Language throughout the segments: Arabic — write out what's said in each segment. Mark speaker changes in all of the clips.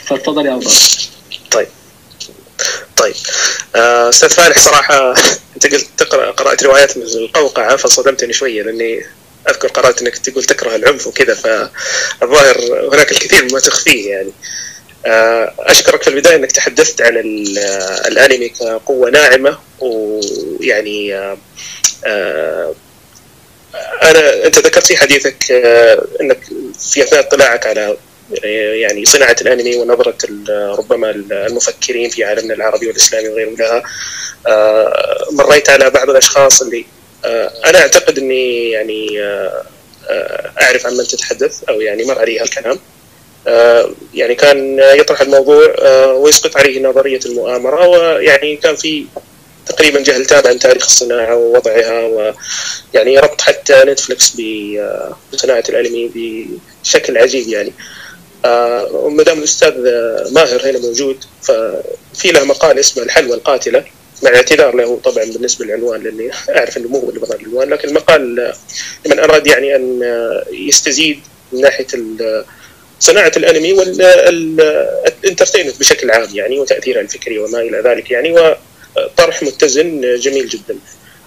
Speaker 1: فاتفضل يا عبد الله.
Speaker 2: طيب استاذ فالح، صراحه انت قلت قرات روايات مثل القوقعه فصدمتني شويه، لاني اذكر قرات انك تقول تكره العنف وكذا، فالظاهر هناك الكثير مما تخفيه يعني. اشكرك في البدايه انك تحدثت عن الانمي كقوه ناعمه، ويعني انت ذكرت في حديثك انك في اثناء اطلاعك على يعني صناعه الانمي ونظره ربما المفكرين في عالمنا العربي والاسلامي وغيره لها، مريت على بعض الاشخاص اللي انا اعتقد اني يعني اعرف عن من تتحدث، او يعني مر علي هالكلام. يعني كان يطرح الموضوع ويسقط عليه نظريه المؤامره، ويعني كان في تقريبا جهل تام عن تاريخ الصناعه ووضعها، ويعني ربط حتى نتفلكس بصناعه الانمي بشكل عجيب يعني. وما دام الاستاذ ماهر هنا موجود، ففي له مقال اسمه الحلوى القاتله، مع اعتذار له طبعا بالنسبه للعنوان، لاني اعرف انه مو هو اللي بضع العنوان، لكن المقال لمن اراد يعني ان يستزيد من ناحيه صناعه الانمي والانترتينمنت بشكل عام يعني، وتاثيره الفكري وما الى ذلك يعني، وطرح متزن جميل جدا.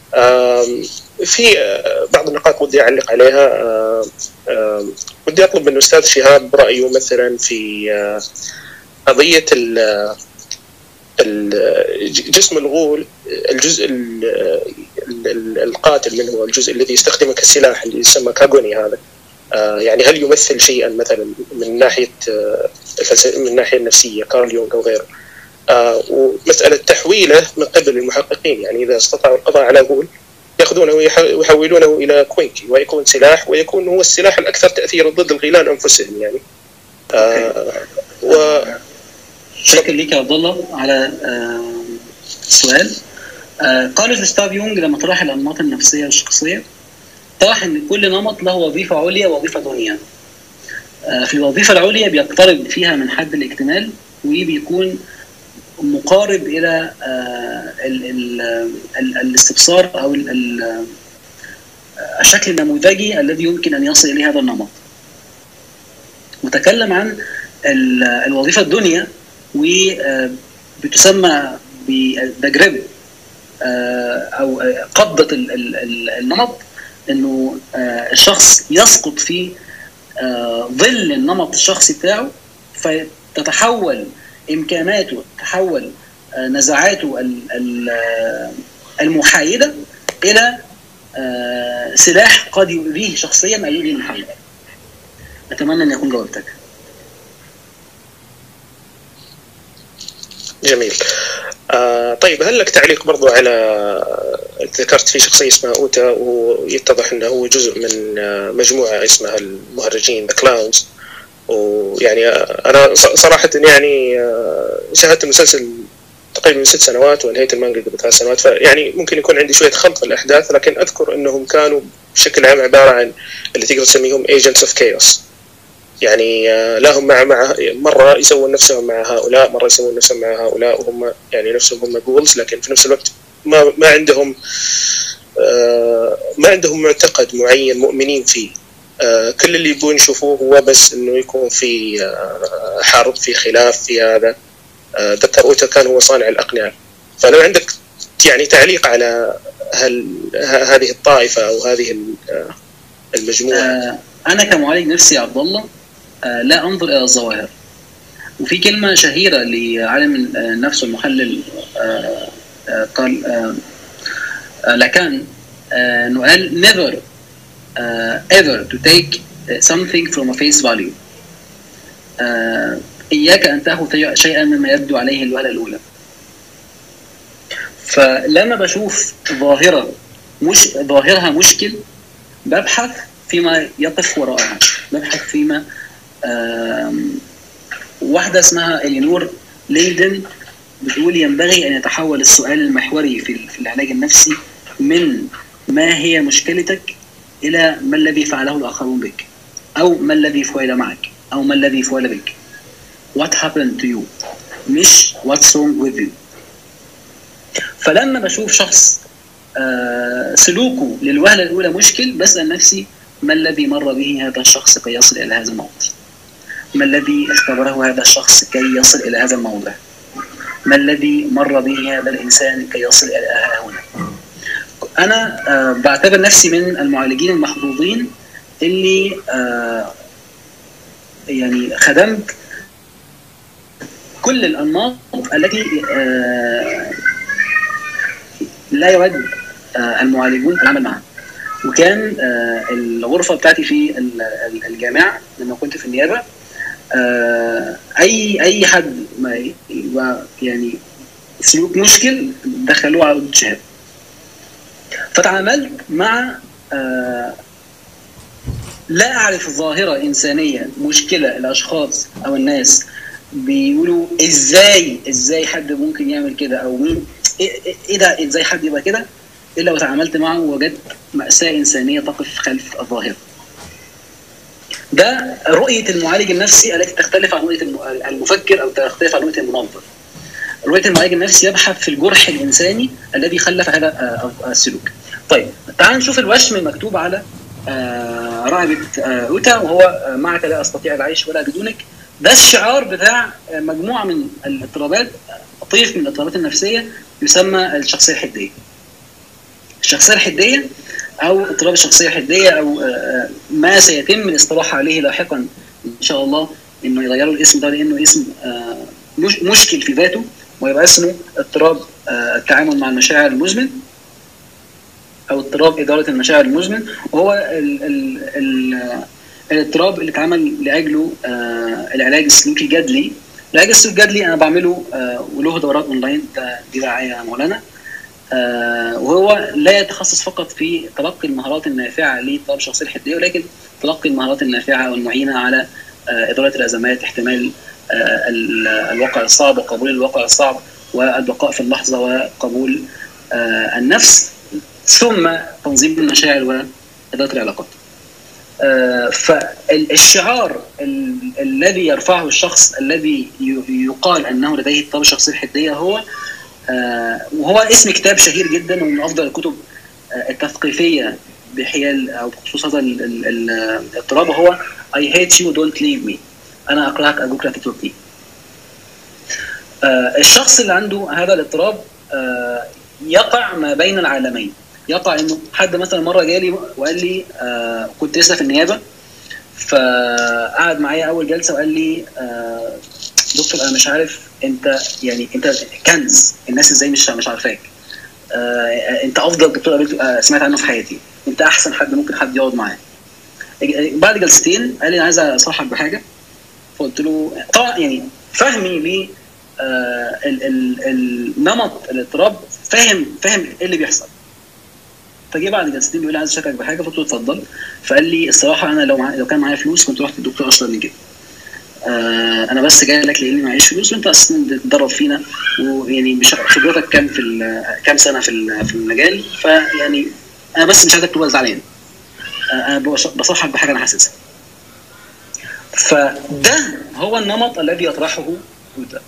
Speaker 2: في بعض النقاط ودي أعلق عليها. ودي أطلب من الأستاذ شهاب رأيه مثلا في قضية جسم الغول، الجزء القاتل منه، الجزء الذي يستخدمه كسلاح اللي يسمى كاغوني هذا، يعني هل يمثل شيئا مثلا من ناحية من الناحية النفسية كارل يونغ أو غيره؟ ومسألة تحويله من قبل المحققين، يعني إذا استطاعوا القضاء على غول يأخذونه ويحولونه إلى كوينكي ويكون سلاح، ويكون هو السلاح الأكثر تأثيرا ضد الغيلان أنفسهم يعني.
Speaker 1: شكرا لك يا عبد الله على السؤال. قال جوستاف يونغ لما طرح الأنماط النفسية والشخصية، طرح أن كل نمط له وظيفة عليا ووظيفة دنيا. في الوظيفة العليا بيقترب فيها من حد الاكتمال، وبيكون مقارب إلى الاستبصار أو الشكل النموذجي الذي يمكن أن يصل إليه هذا النمط. وتكلم عن الوظيفة الدنيا، وبتسمى بالجريب أو قبضة النمط، أنه الشخص يسقط في ظل النمط الشخصي بتاعه، فتتحول إمكاناته، تتحول نزعاته المحايدة إلى سلاح قد يؤذيه شخصيا أو يؤذي المحايد. أتمنى أن يكون جاوبتك.
Speaker 2: جميل. طيب، هل لك تعليق برضو على ذكرت في شخصية اسمها أوتا، ويتضح أنه هو جزء من مجموعة اسمها المهرجين The Clowns، ويعني أنا صراحة يعني شاهدت المسلسل تقريبا من 6 سنوات وانهيت المانجا قبل 3 سنوات، فيعني ممكن يكون عندي شوية خلط في الأحداث، لكن أذكر أنهم كانوا بشكل عام عبارة عن اللي تقدر تسميهم Agents of Chaos، يعني لا هم مع مرة يسوون نفسهم مع هؤلاء، مرة يسوون نفسهم مع هؤلاء، وهم يعني نفسهم هم جولز، لكن في نفس الوقت ما عندهم معتقد معين مؤمنين فيه. كل اللي يبون يشوفوه هو بس انه يكون في حرب، في خلاف، في هذا. ذكر أوتا كان هو صانع الأقنعة. فلو عندك يعني تعليق على هذه الطائفة أو هذه المجموعة.
Speaker 1: أنا كمعالج نفسي يا عبد الله لا أنظر إلى الظواهر. وفي كلمة شهيرة لعالم النفس والمحلل قال لاكان إنه قال never ever to take something from a face value. إياك أن تأخذ شيئا مما يبدو عليه الوهلة الأولى. فلما بشوف ظاهرها مشكل، ببحث فيما يقف وراءها، ببحث فيما واحدة اسمها إلينور ليدن بتقول ينبغي أن يتحول السؤال المحوري في العلاج النفسي من ما هي مشكلتك إلى ما الذي فعله الآخرون بك، أو ما الذي فعل معك، أو ما الذي فعل بك. What happened to you، مش what's wrong with you. فلما بشوف شخص سلوكه للوهلة الأولى مشكل، بسأل نفسي ما الذي مر به هذا الشخص كي يصل إلى هذا النقطة. ما الذي اختبره هذا الشخص كي يصل إلى هذا الموضع؟ ما الذي مر به هذا الإنسان كي يصل إلى هنا؟ أنا بعتبر نفسي من المعالجين المحظوظين اللي يعني خدمت كل الأنماط التي لا يود المعالجون العمل معها. وكان الغرفة بتاعتي في الجامعة لما كنت في النيابة، أي حد ما يعني سلوك مشكل دخلوه على الشهادة. فتعاملت مع لا أعرف ظاهرة إنسانية مشكلة الأشخاص أو الناس بيقولوا إزاي حد ممكن يعمل كده، أو مين إيه ده، إزاي حد يبقى كده، إلا وتعاملت معه ووجدت مأساة إنسانية تقف خلف الظاهرة. ده رؤية المعالج النفسي التي تختلف عن رؤية المفكر أو تختلف عن رؤية المنظر. رؤية المعالج النفسي يبحث في الجرح الإنساني الذي خلف هذا السلوك. طيب تعال نشوف الوشم المكتوب على رقبة أوتا، وهو معك لا أستطيع العيش ولا بدونك. ده الشعار بتاع مجموعة من الاضطرابات، طيف من الاضطرابات النفسية يسمى الشخصية الحدية. الشخصية الحدية أو اضطراب الشخصية الحدية، أو ما سيتم الاصطلاح عليه لاحقا إن شاء الله إنه يغيروا الاسم ده لأنه اسم مشكل في ذاته، ويبقى اسمه اضطراب التعامل مع المشاعر المزمن أو اضطراب إدارة المشاعر المزمن. وهو الاضطراب اللي اتعمل لأجله العلاج السلوكي الجدلي. العلاج السلوكي الجدلي أنا بعمله وله دورات أونلاين، دي دعاية مولانا. وهو لا يتخصص فقط في تلقي المهارات النافعة لاضطراب الشخصية الحدية، ولكن تلقي المهارات النافعة والمعينة على إدارة الأزمات، احتمال الواقع الصعب وقبول الواقع الصعب، والبقاء في اللحظة وقبول النفس، ثم تنظيم المشاعر وإدارة العلاقات. فالشعار الذي يرفعه الشخص الذي يقال أنه لديه اضطراب الشخصية الحدية هو وهو اسم كتاب شهير جدا ومن أفضل الكتب التثقيفية بحيال أو بخصوص هذا الاضطراب، هو I hate you don't leave me. أنا أكرهك أرجوك لا تتركني. الشخص اللي عنده هذا الاضطراب يقع ما بين العالمين. يقع إنه حد مثلا مرة جالي وقال لي كنت لسه في النيابة، فقعد معايا أول جلسة وقال لي دكتور أنا مش عارف أنت كنز، الناس إزاي مش عارفاك، أنت أفضل دكتور سمعت عنه في حياتي، أنت أحسن حد ممكن حد يقعد معاه. بعد جلستين قال لي أنا عايز أصحح بحاجة، فقلت له طبعا يعني فهمي لي النمط الاضطراب، فاهم ايه اللي بيحصل. فجي بعد جلستين بيقول لي عايز اشاركك بحاجه، فقلت له اتفضل. فقال لي الصراحه انا لو كان معايا فلوس كنت رحت للدكتور اشطر من كده، انا بس جاي لك لاني معيش فلوس وانت اصلا بتتدرب فينا، ويعني خبرتك كام سنه في المجال، فيعني انا بس مش عايزك تبقى زعلان، انا بصحك بحاجه انا حاسسها. فده هو النمط الذي يطرحه أوتا.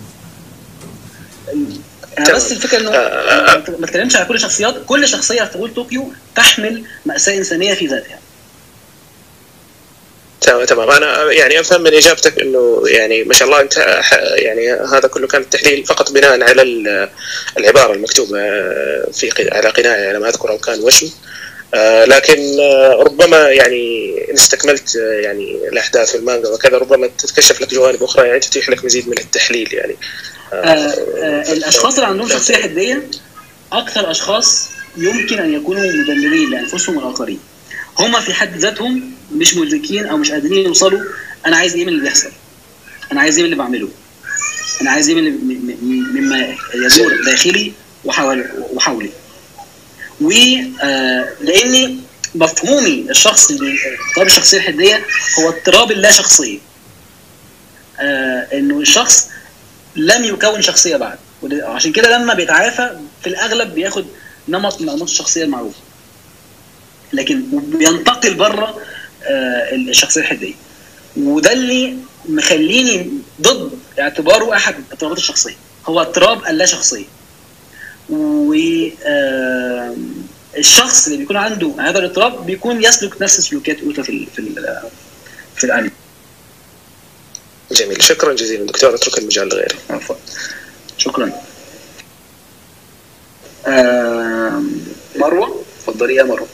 Speaker 1: أنا بس الفكرة إنه ما تكلمش على كل شخصيات، كل شخصية في طول طوكيو تحمل مأساة إنسانية في ذاتها.
Speaker 2: تمام. أنا يعني أفهم من إجابتك إنه يعني ما شاء الله أنت يعني هذا كله كان التحليل فقط بناء على العبارة المكتوبة على قناعي على ما أذكر، أو كان وشم. لكن ربما يعني إن استكملت يعني الأحداث في المانجا وكذا ربما تتكشف لك جوانب أخرى يعني تتيح لك مزيد من التحليل يعني.
Speaker 1: الأشخاص اللي عندهم شخصية حدية أكثر أشخاص يمكن أن يكونوا مدمرين لأنفسهم والآخرين. هم في حد ذاتهم مش مدركين أو مش قادرين يوصلوا أنا عايز إيه من اللي بيحصل، أنا عايز إيه من اللي بعمله، أنا عايز إيه مما يدور داخلي وحولي. ولأني مفهومي الشخص اللي اضطراب الشخصية الحدية هو اضطراب اللا شخصية، إنه الشخص لم يكون شخصية بعد، وعشان كده لما بيتعافى في الأغلب بياخد نمط من أنماط الشخصية المعروفة، لكن بينتقل بره الشخصية الحدية. وده اللي مخليني ضد اعتباره أحد اضطرابات الشخصية، هو اضطراب اللا شخصية. والشخص اللي بيكون عنده هذا الاضطراب بيكون يسلك نفس سلوكيات أوتا في الأنمي.
Speaker 2: جميل، شكرا جزيلا دكتور، اترك المجال لغيري.
Speaker 1: عفوا، شكرا. مروة، تفضلي يا مروة.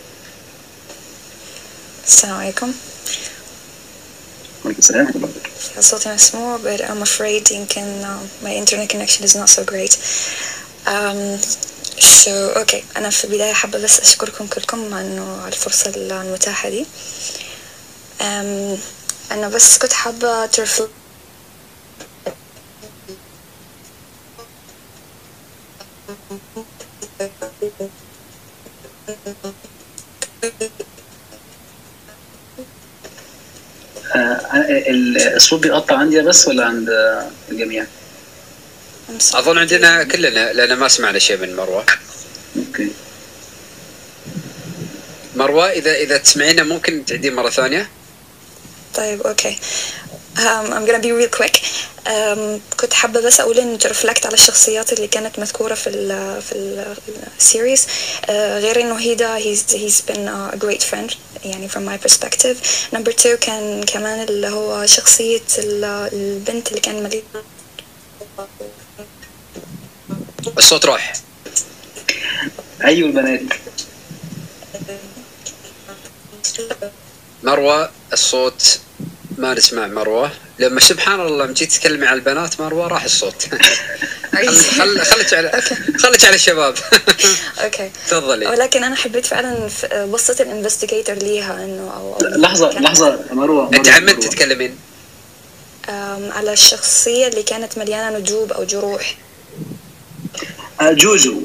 Speaker 3: السلام عليكم.
Speaker 1: وعليكم السلام ورحمة الله وبركاته.
Speaker 3: صوتي مسموع but I'm afraid يمكن my internet connection is not so great. So okay، أنا في البداية حابة بس أشكركم كلكم على الفرصة المتاحة دي. أنا بس كنت حابة ترفل
Speaker 1: الصوت بيقطع عندي بس ولا عند الجميع؟
Speaker 4: أظن عندنا كلنا، لأن ما سمعنا شيء من مروة.
Speaker 1: اوكي
Speaker 4: مروة، إذا تسمعينا ممكن تعيدين مرة ثانية؟
Speaker 3: طيب اوكي. I'm gonna be real quick. كنت حابة بس أقول إن ترفلكت على الشخصيات اللي كانت مذكورة في السيريز. غير إنه هيدا he's been a great friend يعني from my perspective. Number 2 كان كمان اللي هو شخصية البنت اللي كان مليئة.
Speaker 4: الصوت راح.
Speaker 1: أيوة البنات.
Speaker 4: مروة الصوت ما نسمع مروة. لما سبحان الله لما جيت تتكلمي عن البنات مروة راح الصوت. خليك على الشباب.
Speaker 3: اوكي
Speaker 4: تفضلي.
Speaker 3: ولكن انا حبيت فعلا بصة الانفستيجيتور ليها انه
Speaker 1: لحظة مروة،
Speaker 4: انت عمدت تتكلمين
Speaker 3: على الشخصية اللي كانت مليانة ندوب او جروح.
Speaker 1: جوجو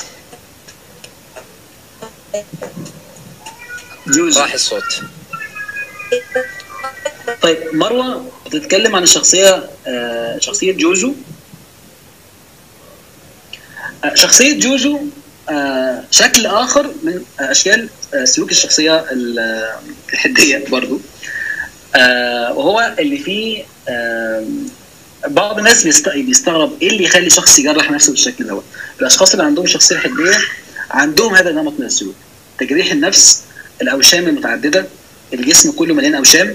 Speaker 4: راح الصوت.
Speaker 1: طيب مروة بتتكلم عن الشخصية شخصية جوجو. شخصية جوجو شكل آخر من أشكال سلوك الشخصية الحدية برضو، وهو اللي فيه بعض الناس بيستغرب إيه اللي يخلي شخص يجرح نفسه بالشكل دوت. الأشخاص اللي عندهم شخصية حدية عندهم هذا النمط من السلوك، تجريح النفس، الأوشام المتعددة، الجسم كله مليان أوشام.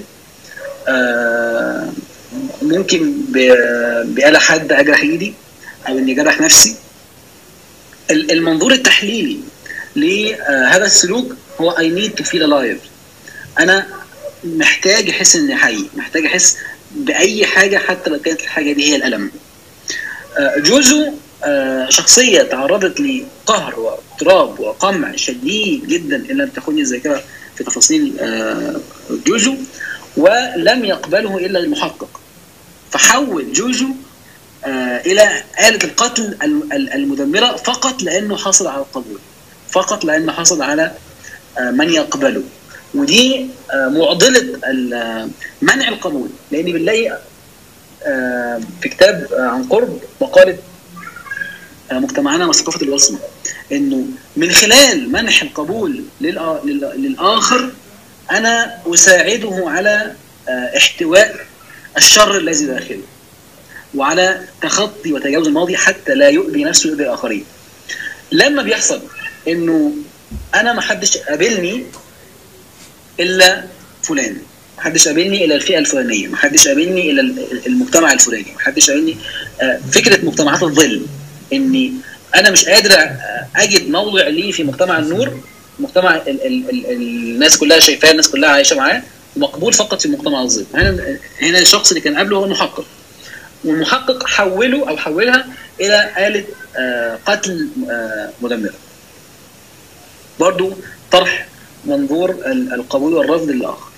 Speaker 1: ممكن بآلة حد أجرح إيدي أو إني أجرح نفسي. المنظور التحليلي لهذا السلوك هو I need to feel alive. أنا محتاج أحس إني حي، محتاج أحس بأي حاجة حتى لو كانت الحاجة دي هي الألم. جوجو شخصية تعرضت لقهر واضطراب وقمع شديد جدا إن لم تخوني الذاكرة في تفاصيل جوجو، ولم يقبله إلا المحقق، فحول جوجو إلى آلة القتل المدمرة فقط لأنه حصل على القبول، فقط لأنه حصل على من يقبله. ودي معضلة منع القبول، لأن بنلاقي في كتاب عن قرب مقالة مجتمعنا وثقافة الوصمة إنه من خلال منح القبول للآخر أنا أساعده على احتواء الشر الذي داخله، وعلى تخطي وتجاوز الماضي حتى لا يؤذي نفسه ويؤذي الآخرين. لما بيحصل إنه أنا محدش قابلني إلا فلان، محدش قابلني إلا الفئة الفلانية، محدش قابلني إلا المجتمع الفلاني، محدش قابلني، فكرة مجتمعات الظل، إني أنا مش قادر أجد موضع لي في مجتمع النور، مجتمع الناس كلها شايفاه، الناس كلها عايشة معاه، ومقبول فقط في مجتمع الظل. هنا الشخص اللي كان قبله هو المحقق، والمحقق حوله أو حولها إلى آلة قتل مدمرة. برضو طرح منظور القبول والرفض للآخر.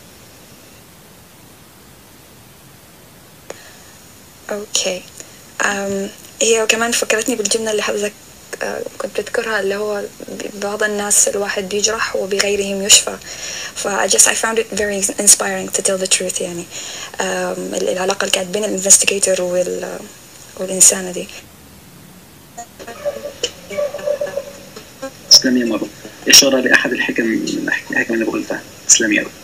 Speaker 3: اوكي. هي كمان فكرتني بالجملة اللي حضرتك كنت بتذكرها، اللي هو بعض الناس الواحد بيجرح وبغيرهم يشفى. I found it very inspiring to tell the truth. يعني العلاقة اللي كانت بين الانفستيجيتور والإنسانة دي.
Speaker 1: تسلمي يا مرو، إشارة لأحد الحكم اللي قلتها. تسلمي يا رب.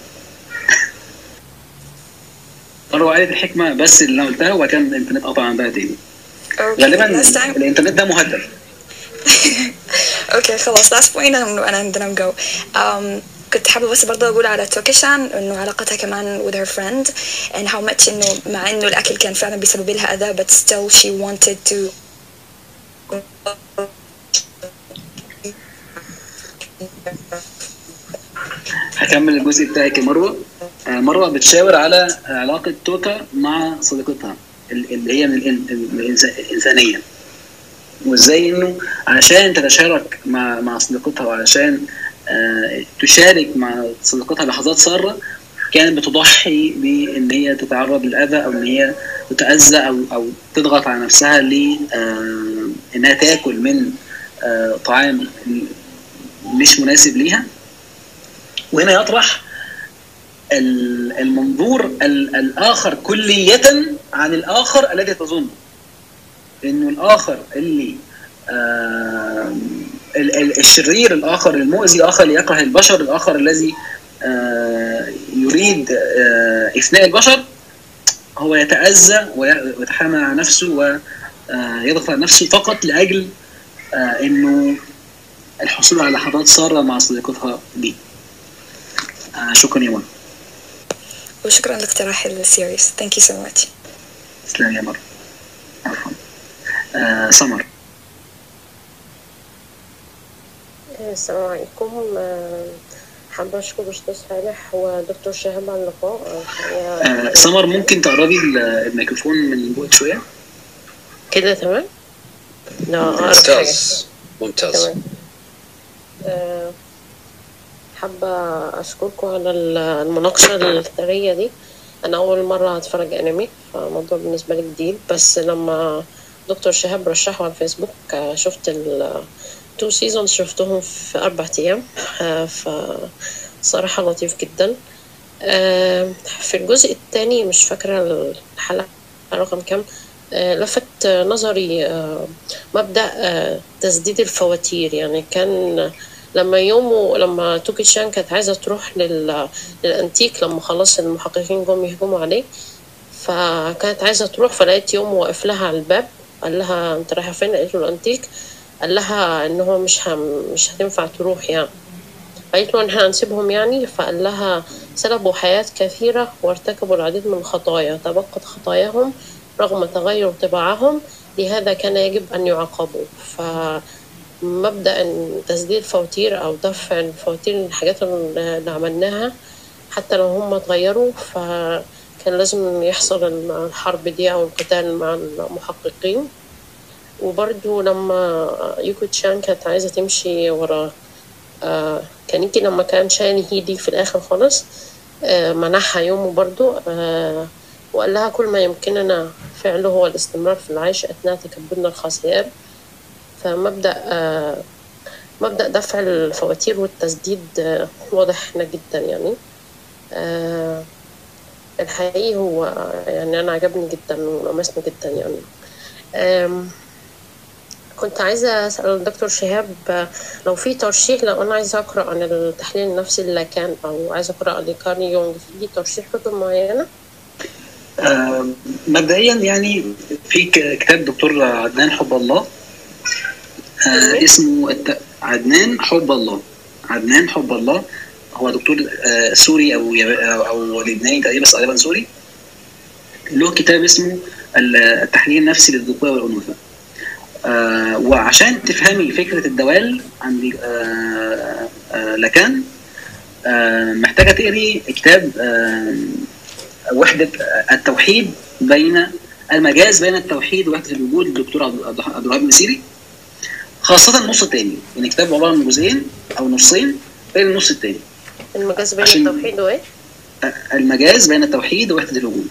Speaker 1: مرو قالت الحكمة بس اللي أنا قلتها، وكان الإنترنت قطع عندها تاني. غالبا الإنترنت ده مهدد.
Speaker 3: اوكي خلاص، last point and then I'm go. كنت حابة بس برضه أقول على توكيشان إنه علاقتها كمان with her friend and how much إنه مع إنه الأكل كان فعلا بيسبب لها أذى but still she wanted to
Speaker 1: هكمل الجزء بتاعك يا مروة. مروة بتشاور على علاقة توكا مع صديقتها اللي هي من الإنسانية، وإزاي إنه علشان تتشارك مع صديقتها وعلشان تشارك مع صديقتها لحظات سارة كانت بتضحي بإن هي تتعرض للأذى أو إن هي تتأذى أو تضغط على نفسها إنها تاكل من طعام مش مناسب ليها. وهنا يطرح المنظور الآخر كلية عن الآخر الذي تظن إنه الآخر اللي الشرير، الآخر المؤذي، الآخر اللي يكره البشر، الآخر الذي يريد إفناء البشر، هو يتأذى ويتحامل على نفسه ويضغط على نفسه فقط لأجل إنه الحصول على لحظات سارة مع صديقتها دي. شكرا يا مان.
Speaker 3: وشكرا لاقتراح السيريس. Thank you so much.
Speaker 1: تسلم يا مر. عفوا. سمر.
Speaker 5: السلام عليكم. حابة أشكر أستاذ صالح ودكتور شهاب على اللقاء.
Speaker 1: سمر ممكن تقربي الميكروفون من بعد شوية؟
Speaker 5: كده تمام؟
Speaker 4: ممتاز ممتاز.
Speaker 5: حابة أشكركم على المناقشة الثرية دي. أنا أول مرة أتفرج أنمي، فالموضوع بالنسبة لي جديد، بس لما دكتور شهاب رشحه على الفيسبوك شفت 2 seasons شفتهم في 4 أيام، فصراحة لطيف جدا. في الجزء الثاني مش فاكرة الحلقة رقم كم، لفت نظري مبدأ تسديد الفواتير. يعني كان لما توكي شان كانت عايزة تروح للأنتيك، لما خلاص المحققين جم يهجموا عليه، فكانت عايزة تروح، فلقيت يوم وقف لها على الباب، قال لها انت رايحة فين؟ قالت له الأنتيك. قال لها ان هو مش هتنفع تروح يعني. قالت له ان احنا هنسيبهم يعني، فقال لها سلبوا حياة كثيرة وارتكبوا العديد من الخطايا، تبقت خطاياهم رغم تغير طباعهم، لهذا كان يجب أن يعاقبوا. فمبدأ تسديد الفواتير أو دفع الفواتير الحاجات اللي عملناها حتى لو هم اتغيروا، فكان لازم يحصل الحرب دي أو القتال مع المحققين. وبرضو لما يوكو تشان كانت عايزة تمشي ورا كانيكي، لما كان شايل هيدي في الآخر خالص منحها يومه برضو، وقال لها كل ما يمكننا فعله هو الاستمرار في العيش أثناء تكبدنا الخصياب. فمبدأ دفع الفواتير والتسديد واضح هنا جدا يعني. الحقيقي هو يعني أنا عجبني جدا ولمسني جدا يعني. كنت عايزة أسأل الدكتور شهاب لو في ترشيح، لو أنا عايزة أقرأ عن التحليل النفسي لاكان أو عايزة أقرأ لكارل يونغ، في ترشيح كتب معينة؟
Speaker 1: مبدئيا يعني في كتاب دكتور عدنان حب الله، اسمه عدنان حب الله. عدنان حب الله هو دكتور سوري أو لبناني تقريبا، بس غالبا سوري. له كتاب اسمه التحليل النفسي للذكورة والأنوثة. وعشان تفهمي فكرة الدوال عند لاكان محتاجة تقري كتاب وحدة التوحيد بين المجاز بين التوحيد ووحدة الوجود للدكتور عبد الوهاب المسيري، خاصة النص الثاني. يعني كتاب عبارة عن جزئين أو نصين، غير النص الثاني.
Speaker 5: المجاز بين التوحيد وإيه؟
Speaker 1: المجاز بين التوحيد ووحدة الوجود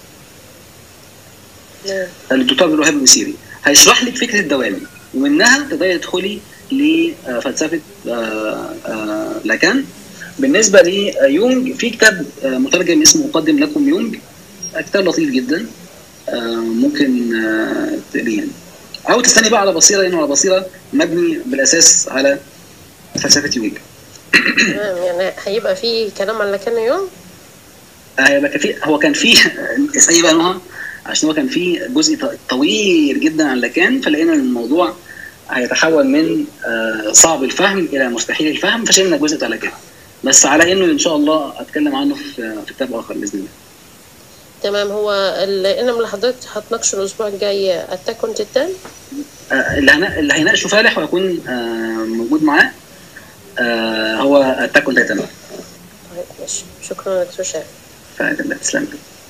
Speaker 1: للدكتور عبد الوهاب المسيري. هيشرح لك فكرة الدوام، ومنها تقدري تدخلي لفلسفة لاكان. بالنسبة ليونغ في كتاب مترجم اسمه أقدم لكم يونغ، كتاب لطيف جدا، ممكن تقريه أو تستني بقى على بصيرة، لأنه على بصيرة مبني بالأساس على فلسفة يونغ.
Speaker 5: يعني هيبقى فيه كلام عن لاكان يونغ؟
Speaker 1: هو كان فيه اسألي بقى نوها، عشان هو كان فيه جزء طويل جدا عن لاكان، فلقينا الموضوع هيتحول من صعب الفهم إلى مستحيل الفهم، فشلنا الجزء بتاع لاكان. بس على انه ان شاء الله اتكلم عنه في كتاب اخر باذن الله.
Speaker 5: تمام. هو الانمي اللي حضرتك هتناقشه الاسبوع الجاي اتاك اون تيتان،
Speaker 1: اللي هيناقشه فالح ويكون موجود معاه هو اتاك اون تيتان.
Speaker 5: طيب ماشي، شكرا يا دكتور شاهد.
Speaker 1: فعلا تسلم.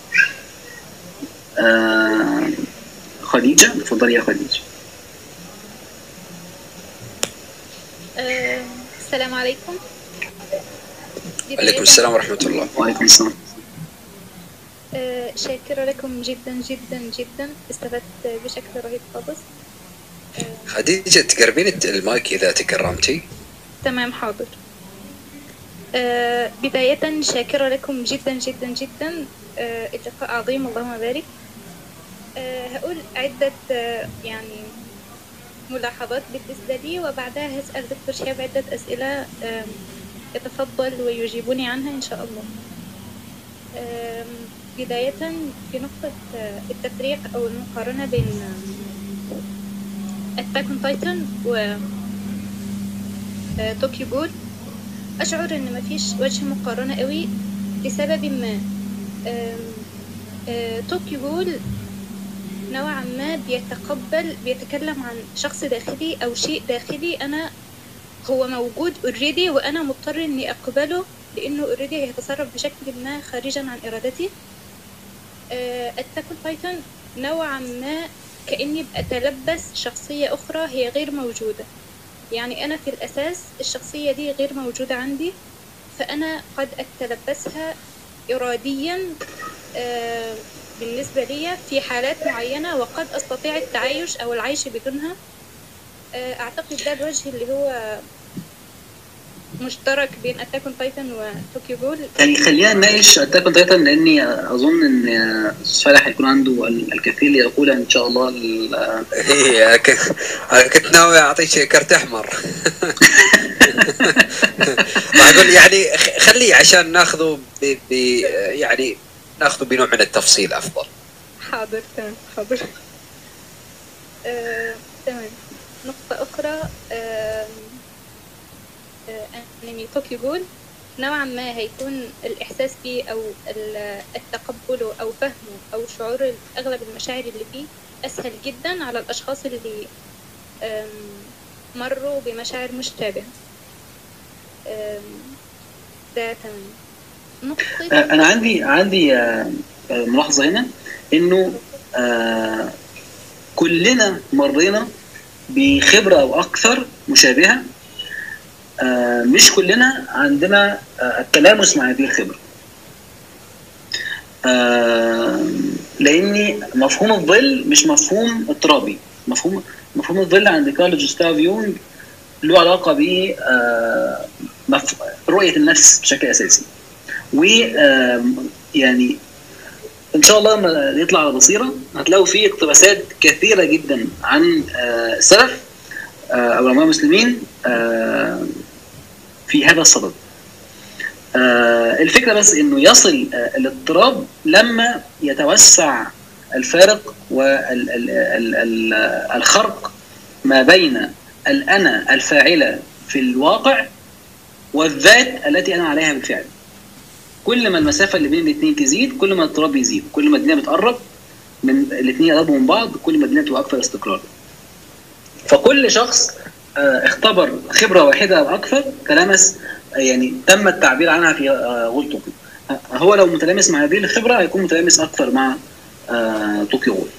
Speaker 1: خديجة اتفضلي يا خديجة.
Speaker 6: السلام عليكم.
Speaker 4: وعليكم السلام ورحمة الله.
Speaker 1: وعليكم السلام.
Speaker 6: شاكرة لكم جدا جدا جدا، استفدت بشكل رهيب خالص.
Speaker 4: خديجة تقربين المايك إذا تكرمتي.
Speaker 6: تمام حاضر. بداية شاكرة لكم جدا جدا جدا. اللقاء عظيم اللهم بارك. هقول عدة يعني ملاحظات بالنسبة لي، وبعدها هسأل دكتور شهاب عدة أسئلة يتفضل ويجيبوني عنها إن شاء الله. بداية في نقطة التفريق أو المقارنة بين أتاك أون تايتن و طوكيو غول، أشعر إن مفيش وجه مقارنة قوي لسبب ما. طوكيو غول نوعا ما بيتكلم عن شخص داخلي أو شيء داخلي أنا هو موجود اوريدي وأنا مضطر إني أقبله لأنه اوريدي هيتصرف بشكل ما خارجا عن إرادتي. أتاك أون تايتن نوعا ما كأني بأتلبس شخصية أخرى هي غير موجودة، يعني أنا في الأساس الشخصية دي غير موجودة عندي، فأنا قد أتلبسها إراديا بالنسبة لي في حالات معينة، وقد أستطيع التعايش أو العيش بدونها. أعتقد ده الوجه اللي هو مشترك بين أتاك أون تايتن وطوكيو غول.
Speaker 1: يعني خلينا نناقش أتاك أون تايتن، لأني أظن إن صالح هيكون عنده الكثير ليقول إن شاء الله.
Speaker 4: هي كنت ناوي أعطيك كرت أحمر. راح أقول يعني خليه عشان ناخذه يعني ناخذه بنوع من التفصيل أفضل.
Speaker 6: حاضر تمام حاضر. تمام. نقطة أخرى، أنمي طوكيو غول نوعا ما هيكون الإحساس فيه أو التقبل أو فهمه أو شعور أغلب المشاعر اللي فيه أسهل جدا على الأشخاص اللي مروا بمشاعر مشابهة. ده تمام. نقطة
Speaker 1: أنا عندي ملاحظة هنا إنه كلنا مرينا بخبرة أو أكثر مشابهة، مش كلنا عندنا التلامس مع هذه الخبرة، لأن مفهوم الظل مش مفهوم اضطرابي. مفهوم الظل عند كارل جوستاف يونغ له علاقة ب رؤية النفس بشكل أساسي، ويعني إن شاء الله لما يطلع على بصيرة هتلاقوا فيه اقتباسات كثيرة جدا عن السلف أو العلماء المسلمين في هذا الصدد. الفكرة بس إنه يصل الاضطراب لما يتوسع الفارق والخرق ما بين الأنا الفاعلة في الواقع والذات التي أنا عليها بالفعل. كل ما المسافة اللي بين الاثنين تزيد كل ما الاضطراب يزيد، كل ما الدنيا بتقرب من الاثنين يقربوا من بعض كل ما الدنيا تبقى أكثر استقرار. فكل شخص اختبر خبرة واحدة أو أكثر تلامس، يعني تم التعبير عنها في غول طوكيو. هو لو متلامس مع هذه الخبرة هيكون متلامس أكثر مع طوكيو غول.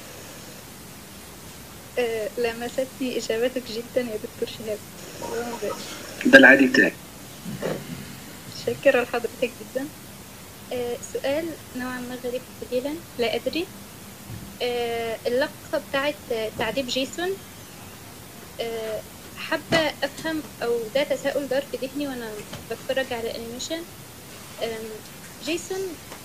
Speaker 6: لمستني إجابتك جدا يا دكتور شهاب.
Speaker 1: ده العادي بتاعي.
Speaker 6: شكرا لحضرتك جدا. سؤال نوعا ما غريب قليلا، لا أدري. اللقطة بتاعت تعذيب جيسون، حابة أفهم أو ده تساؤل دار في ذهني وأنا بتفرج على الأنيميشن. جيسون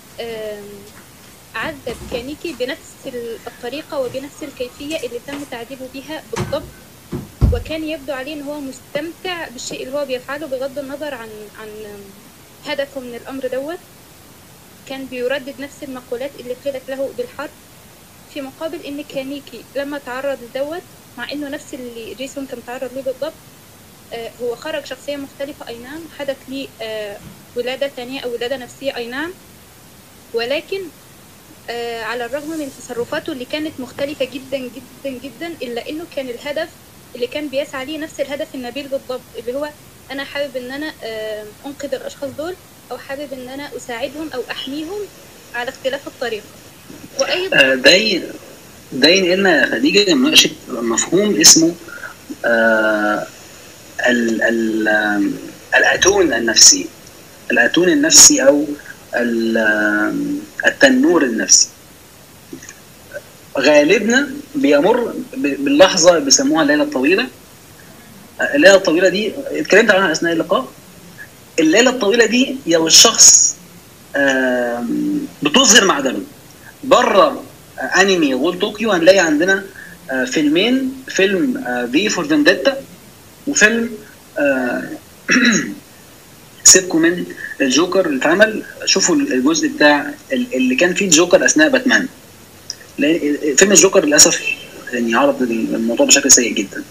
Speaker 6: عذب كانيكي بنفس الطريقة وبنفس الكيفية اللي تم تعذيبه بها بالضبط، وكان يبدو عليه إن هو مستمتع بالشيء اللي هو بيفعله بغض النظر عن هدفه من الأمر دوت. كان بيردد نفس المقولات اللي قيلت له بالحرف، في مقابل إن كانيكي لما تعرض لدوت مع إنه نفس اللي جيسون كان تعرض له بالضبط هو خرج شخصية مختلفة أي نعم، حدث لي ولادة ثانية أو ولادة نفسية أي نعم، ولكن على الرغم من تصرفاته اللي كانت مختلفة جدا جدا جدا، إلا إنه كان الهدف اللي كان بيسعى ليه نفس الهدف النبيل بالضبط، اللي هو أنا حابب إن أنا أنقذ الأشخاص دول، أو حابب إن أنا أساعدهم أو أحميهم على اختلاف الطريقة. وأيضا
Speaker 1: ده ينقلنا يا خديجة مناقشة مفهوم اسمه الأتون النفسي، الأتون النفسي أو التنور النفسي. غالبنا بيمر باللحظة اللي بيسموها الليلة الطويلة. الليلة الطويلة دي اتكلمت عنها أثناء اللقاء. الليلة الطويلة دي لو الشخص بتظهر معدنه. بره انمي وول طوكيو هنلاقي عندنا فيلمين، فيلم في فور فينديتا وفيلم سيبكم من الجوكر اللي اتعمل. شوفوا الجزء بتاع اللي كان فيه الجوكر اثناء باتمان. فيلم الجوكر للاسف يعني عرض الموضوع بشكل سيء جدا.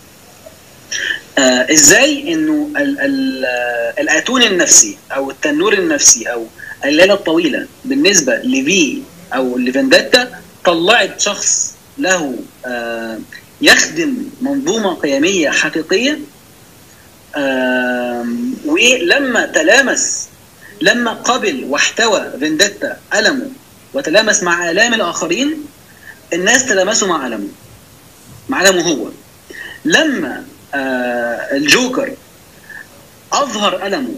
Speaker 1: ازاي انه الاتون النفسي او التنور النفسي او الليله الطويله بالنسبه لفي او لفنديتا طلعت شخص له يخدم منظومه قيميه حقيقيه، ولما تلامس، لما قبل واحتوى فنديتا ألمه وتلامس مع آلام الآخرين، الناس تلامسوا مع ألمه هو. لما الجوكر أظهر ألمه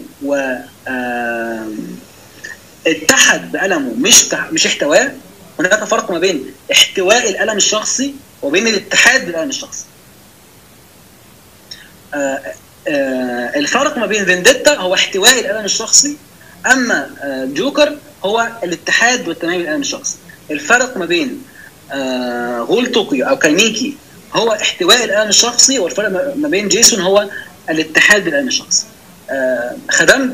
Speaker 1: واتحد بألمه مش احتواه، هناك فرق ما بين احتواء الألم الشخصي وبين الاتحاد بالألم الشخصي. الفرق ما بين فينديتا هو احتواء الألم الشخصي، أما جوكر هو الاتحاد والتمام بالألم الشخصي. الفرق ما بين غول طوكيو أو كاينيكي هو احتواء الألم الشخصي، والفرق ما بين جيسون هو الاتحاد بالألم الشخصي. خدمت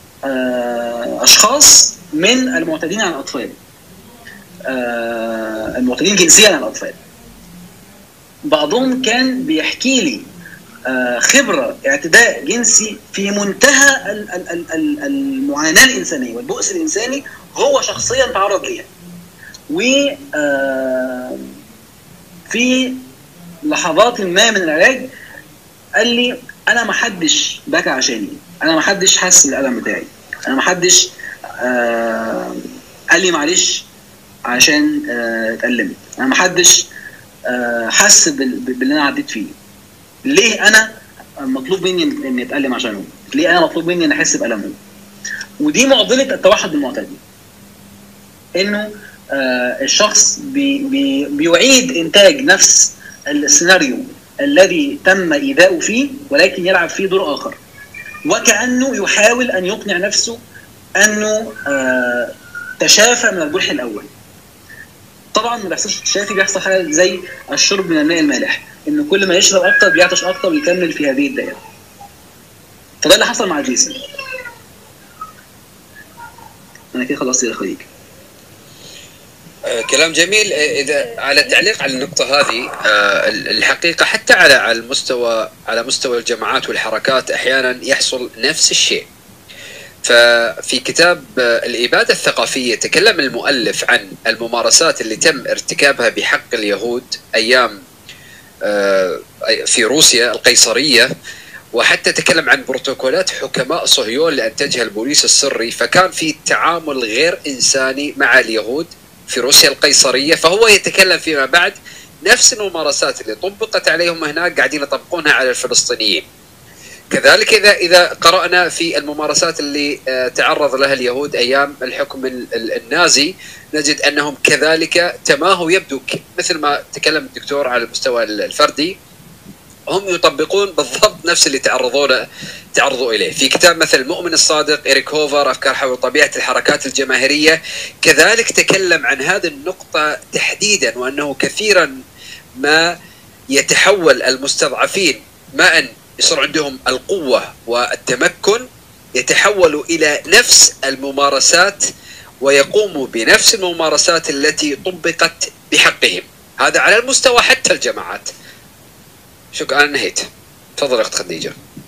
Speaker 1: أشخاص من المعتدين على الأطفال، المعتدين جنسيا على الأطفال. بعضهم كان بيحكي لي خبرة اعتداء جنسي في منتهى المعاناة الإنسانية والبؤس الإنساني هو شخصيا تعرض ليها. وفي لحظات ما من العلاج قال لي أنا ما حدش بكى عشاني، أنا ما حدش حس بالألم بتاعي، أنا ما حدش قال لي معلش عشان اتألمت، أنا ما حدش حس باللي أنا عديت فيه. ليه أنا مطلوب مني إني أتألم عشانه؟ ليه أنا مطلوب مني إن أحس بألمه؟ ودي معضلة التوحد المعتدي، إنه الشخص بيعيد إنتاج نفس السيناريو الذي تم إيذاؤه فيه، ولكن يلعب فيه دور آخر، وكأنه يحاول أن يقنع نفسه أنه تشافى من الجرح الأول. طبعا ما بيحصلش تشافي، بيحصل حاجة زي الشرب من الماء المالح، إنه كل ما يشرب أكتر بيعطش أكتر ويكمل في هذه الدائرة. فده اللي حصل مع جيسون. أنا كده خلصت يا خليج.
Speaker 4: كلام جميل. إذا على تعليق على النقطة هذه، الحقيقة حتى على مستوى الجماعات والحركات أحيانا يحصل نفس الشيء. ففي كتاب الإبادة الثقافية تكلم المؤلف عن الممارسات اللي تم ارتكابها بحق اليهود أيام في روسيا القيصرية، وحتى تكلم عن بروتوكولات حكماء صهيون اللي أنتجها البوليس السري. فكان في تعامل غير إنساني مع اليهود في روسيا القيصرية. فهو يتكلم فيما بعد نفس الممارسات اللي طبقت عليهم هناك قاعدين يطبقونها على الفلسطينيين. كذلك إذا قرأنا في الممارسات اللي تعرض لها اليهود أيام الحكم النازي، نجد أنهم كذلك تماهوا يبدو مثل ما تكلم الدكتور على المستوى الفردي، هم يطبقون بالضبط نفس اللي تعرضوا إليه. في كتاب مثل المؤمن الصادق إريك هوفر أفكار حول طبيعة الحركات الجماهيرية كذلك تكلم عن هذه النقطة تحديدا، وأنه كثيرا ما يتحول المستضعفين ما أن يصير عندهم القوة والتمكن يتحولوا إلى نفس الممارسات ويقوموا بنفس الممارسات التي طبقت بحقهم. هذا على المستوى حتى الجماعات. شكرا، أنا نهيت. تفضل أخت خديجة.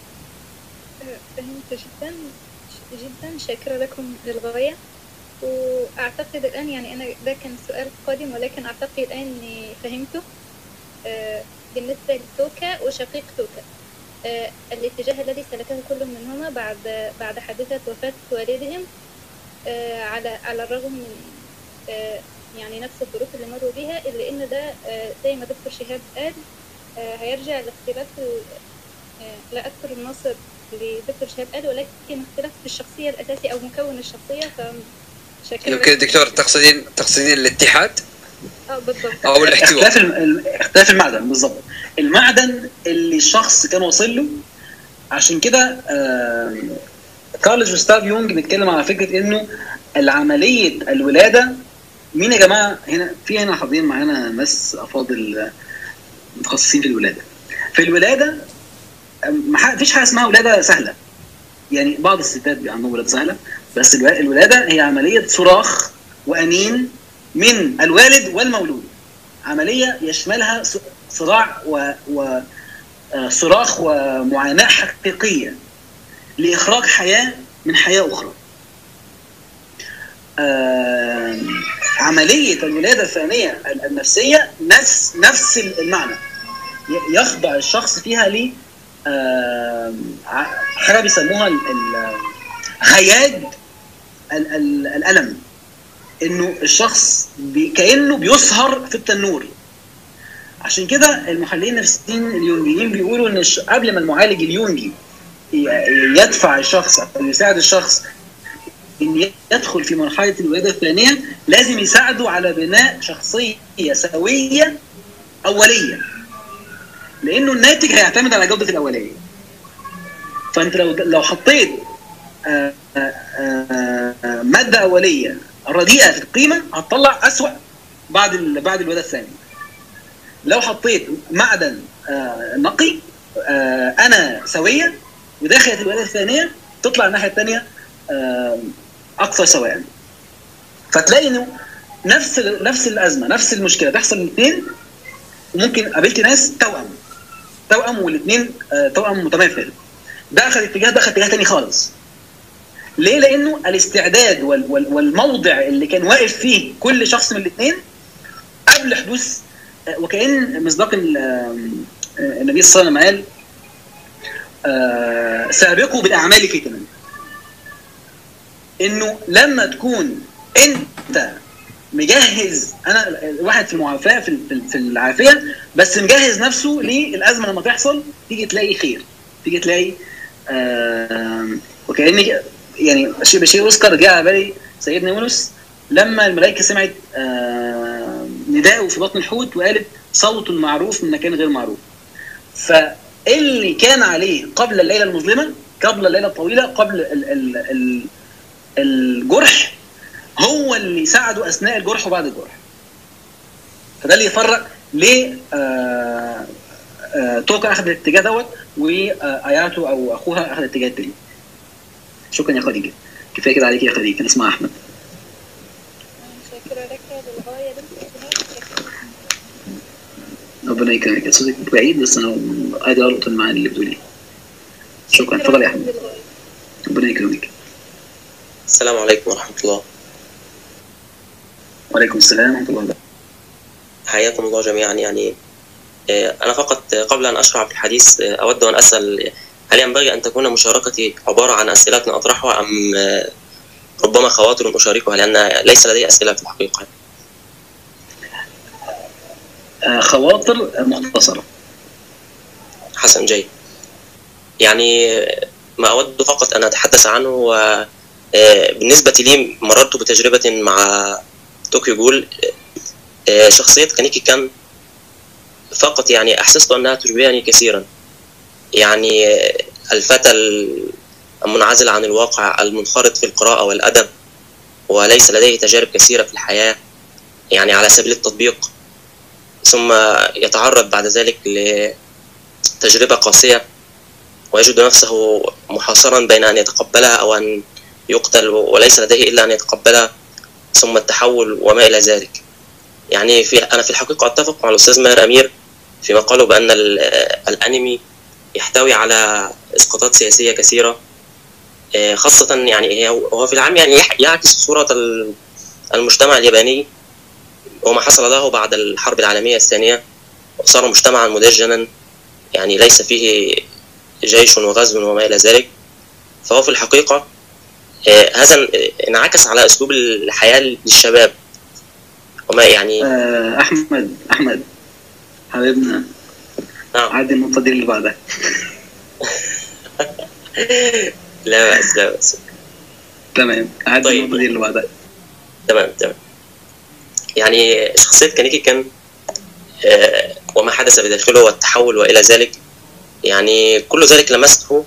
Speaker 6: جدا جدا، شاكرة لكم للغاية. وأعتقد الآن يعني أنا ده كان سؤال قادم، ولكن أعتقد الآن إني فهمته. بالنسبة لتوكا وشقيق توكا، الاتجاه الذي سلكه كل منهما بعد حادثة وفاة والدهم، على الرغم من يعني نفس الظروف اللي مروا بها، إلا إن ده زي ما دكتور شهاب قال هيرجع لاختلاف، لا أذكر النص اللي دكتور شهاب قال، ولكن اختلاف في الشخصية الأساسي أو مكون الشخصية. فشاكرة.
Speaker 4: يمكن دكتور تقصدين الاتحاد
Speaker 6: بالضبط،
Speaker 4: أو الاحتواء؟
Speaker 1: اختلاف المعدن بالضبط، المعدن اللي الشخص كان واصل له. عشان كده كارل جوستاف يونج بيتكلم على فكرة إنه العملية الولادة، مين يا جماعة هنا حاضرين معانا ناس أفاضل متخصصين في الولادة. في الولادة ما فيش حاجة اسمها ولادة سهلة، يعني بعض الستات عندهم ولادة سهلة، بس الولادة هي عملية صراخ وأنين من الوالد والمولود، عملية يشملها صراع وصراخ ومعاناة حقيقية لإخراج حياة من حياة أخرى. عملية الولادة الثانية النفسية نفس المعنى، يخضع الشخص فيها ل حاجة بيسموها غياد الألم، إنه الشخص كأنه بيسهر في التنور. عشان كده المحللين النفسيين اليونجيين بيقولوا إن قبل ما المعالج اليونجي يدفع الشخص أو يساعد الشخص إن يدخل في مرحلة الولادة الثانية، لازم يساعده على بناء شخصية سوية أولية، لأنه الناتج هيعتمد على جودة الأولية. فأنت لو حطيت مادة أولية رديئة في القيمة هتطلع أسوأ بعد الولادة الثانية. لو حطيت معدن نقي أنا سوية ودخلت الولادة الثانية، تطلع الناحية الثانية أكثر سواء. فتلاقي إنه نفس الأزمة، نفس المشكلة تحصل الاثنين. وممكن قابلت ناس توأم والاثنين توأم متماثل، ده أخذ اتجاه ده أخذ اتجاه تاني خالص. ليه؟ لأنه الاستعداد والموضع اللي كان واقف فيه كل شخص من الاثنين قبل حدوث، وكأن مصداق النبي صلى الله عليه وسلم قال سابقوا بالأعمال فتنا، إنه لما تكون أنت مجهز، أنا واحد في المعافاة في العافية بس مجهز نفسه للأزمة لما تحصل، تيجي تلاقي خير، تيجي تلاقي وكأني يعني بشيء أذكر جاء على بالي سيدنا يونس لما الملائكة سمعت نداءه في بطن الحوت وقالت صوت معروف من مكان غير معروف. فاللي كان عليه قبل الليلة المظلمة، قبل الليلة الطويلة، قبل الجرح، هو اللي ساعده أثناء الجرح وبعد الجرح. فده اللي يفرق ليه توكا أخذ الاتجاه دوت وآياتو أو أخوها أخذ الاتجاه التاني. شكرا يا خديجة، كفاية كده عليك يا خديجة. كان اسمها أحمد.
Speaker 6: شكرا لك للغاية.
Speaker 1: ربنا يكرمك. صوتك بعيد بس أنا قاعد ألقط المعاني اللي بتقوليه. شكرا. اتفضل يا أحمد. ربنا يكرمك.
Speaker 7: السلام عليكم ورحمة الله.
Speaker 1: وعليكم السلام ورحمة الله.
Speaker 7: حياكم الله جميعا. يعني أنا فقط قبل أن أشرع في الحديث أود أن أسأل، هل ينبغي أن تكون مشاركتي عبارة عن أسئلة أطرحها أم ربما خواطر أشاركها، لأن ليس لدي أسئلة في الحقيقة؟
Speaker 1: خواطر مختصرة.
Speaker 7: حسن، جيد. يعني ما أود فقط أن أتحدث عنه، بالنسبة لي مررت بتجربة مع طوكيو جول. شخصية كانيكي كان فقط يعني أحسست أنها تشبهني كثيرا، يعني الفتى المنعزل عن الواقع، المنخرط في القراءة والأدب، وليس لديه تجارب كثيرة في الحياة يعني على سبيل التطبيق، ثم يتعرض بعد ذلك لتجربة قاسية ويجد نفسه محاصرا بين أن يتقبلها أو أن يقتل، وليس لديه إلا أن يتقبلها، ثم التحول وما إلى ذلك. يعني أنا في الحقيقة أتفق مع الأستاذ ماهر أمير فيما قالوا بأن الأنمي يحتوي على إسقاطات سياسية كثيرة، خاصة يعني هو في العام يعني يعكس صورة المجتمع الياباني وما حصل له بعد الحرب العالمية الثانية، وصار مجتمعا مدجنا يعني ليس فيه جيش وغزو وما إلى ذلك. فهو في الحقيقة هذا انعكس على أسلوب الحياة للشباب وما يعني.
Speaker 1: أحمد حبيبنا،
Speaker 7: نعم.
Speaker 1: عادي النقطة دي اللي بعدها.
Speaker 7: لا بأس.
Speaker 1: تمام، عادي. طيب. النقطة دي اللي بعدها.
Speaker 7: تمام. يعني شخصية كانيكي كان وما حدث بداخله والتحول وإلى ذلك، يعني كل ذلك لمسته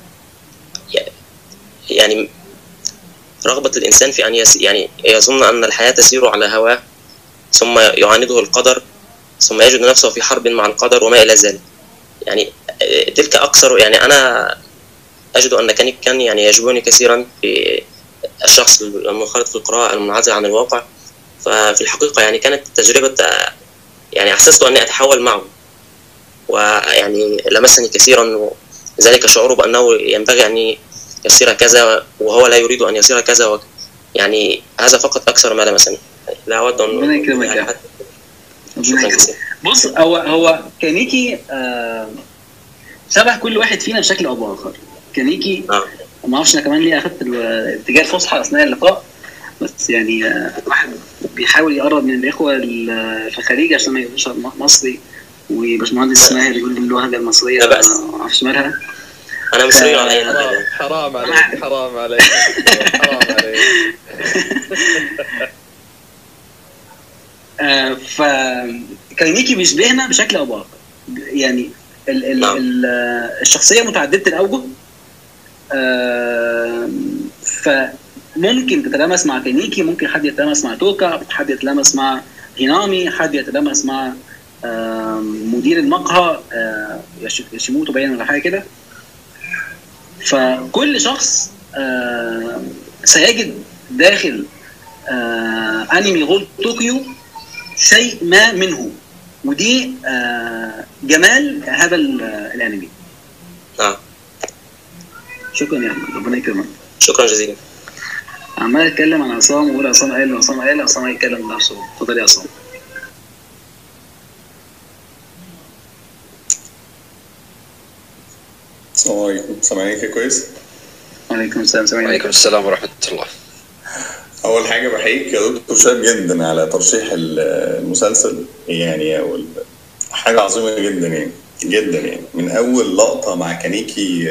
Speaker 7: يعني رغبة الإنسان في أن يعني يظن أن الحياة تسير على هواه، ثم يعانده القدر، ثم يجد نفسه في حرب مع القدر وما إلى ذلك. يعني تلك أكثر، يعني أنا أجد أن كانيكي كان يعني يعجبني كثيرا في الشخص المنخرط في القراءة المنعزل عن الواقع. ففي الحقيقة يعني كانت تجربة يعني أحسست أني أتحول معه، ويعني لمسني كثيرا ذلك شعوره بأنه ينبغي أن يصير كذا وهو لا يريد أن يصير كذا، يعني هذا فقط أكثر ما لمسني. لا أود أن
Speaker 1: ربنا يكرمك. بص، هو كانيكي شبه كل واحد فينا بشكل أو بآخر. كانيكي ما اعرفش انا كمان ليه اخدت الاتجاه الفصحى اثناء اللقاء، بس يعني واحد بيحاول يقرب من الاخوه في الخليج عشان ما يبقاش مصري، وباشمهندس ماهر يقول اللهجه المصريه ما اعرفش مالها.
Speaker 7: انا مصري على
Speaker 4: حرام عليك حرام عليك حرام عليك.
Speaker 1: فكانيكي بيشبهنا بشكل او باخر، يعني الشخصيه متعدده الاوجه، فممكن تتلامس مع كانيكي، ممكن حد يتلامس مع توكا، حد يتلامس مع هينامي، حد يتلامس مع مدير المقهى ياشيموتو باين ولا حاجه كده. فكل شخص سيجد داخل انمي غول طوكيو شيء ما منه، ودي جمال هذا الانمي. شكرا يا احمد، ربنا يكرمك.
Speaker 7: شكرا جزيلا.
Speaker 1: عمال اتكلم عن عصام واقول عصام قال عصام هيتكلم بنفسه. اتفضل يا عصام.
Speaker 8: السلام عليكم. سامعني كويس؟
Speaker 1: وعليكم السلام.
Speaker 4: وعليكم السلام ورحمه الله.
Speaker 8: اول حاجه بحييك يا دكتور شاب جدا على ترشيح المسلسل، يعني حاجه عظيمه جدا يعني جدا، يعني من اول لقطه مع كانيكي